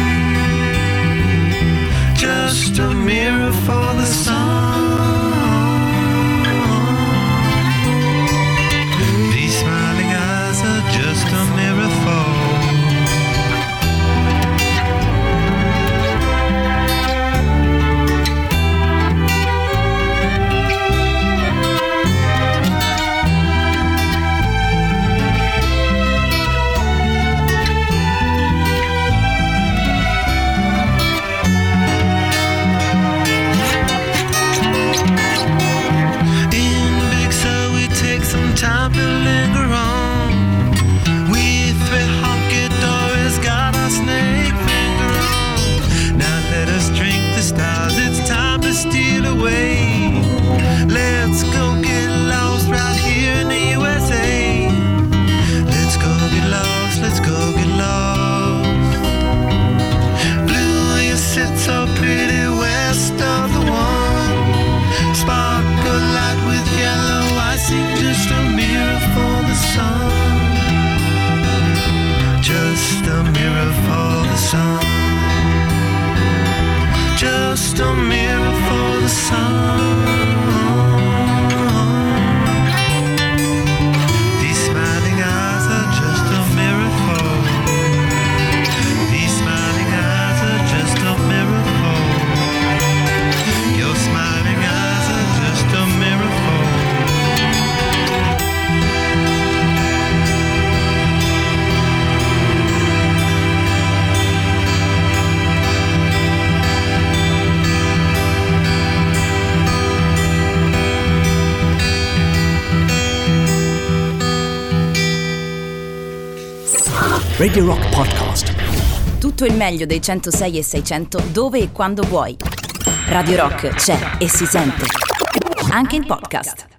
S13: Just a mirror for the sun. These smiling eyes are just a mirror for. Time to linger on. We three honky-dories got our snake finger on. Now let us drink the stars, it's time to steal away. Let's go get lost right here in the USA. Let's go get lost, let's go get lost. Blue, you sit so pretty west of the one. Sparkle light with yellow icing, just a mirror for the sun. Just a mirror for the sun. Just a mirror for the sun.
S19: Radio Rock Podcast.
S2: Tutto il meglio dei 106 e 600 dove e quando vuoi. Radio Rock c'è e si sente. Anche in podcast.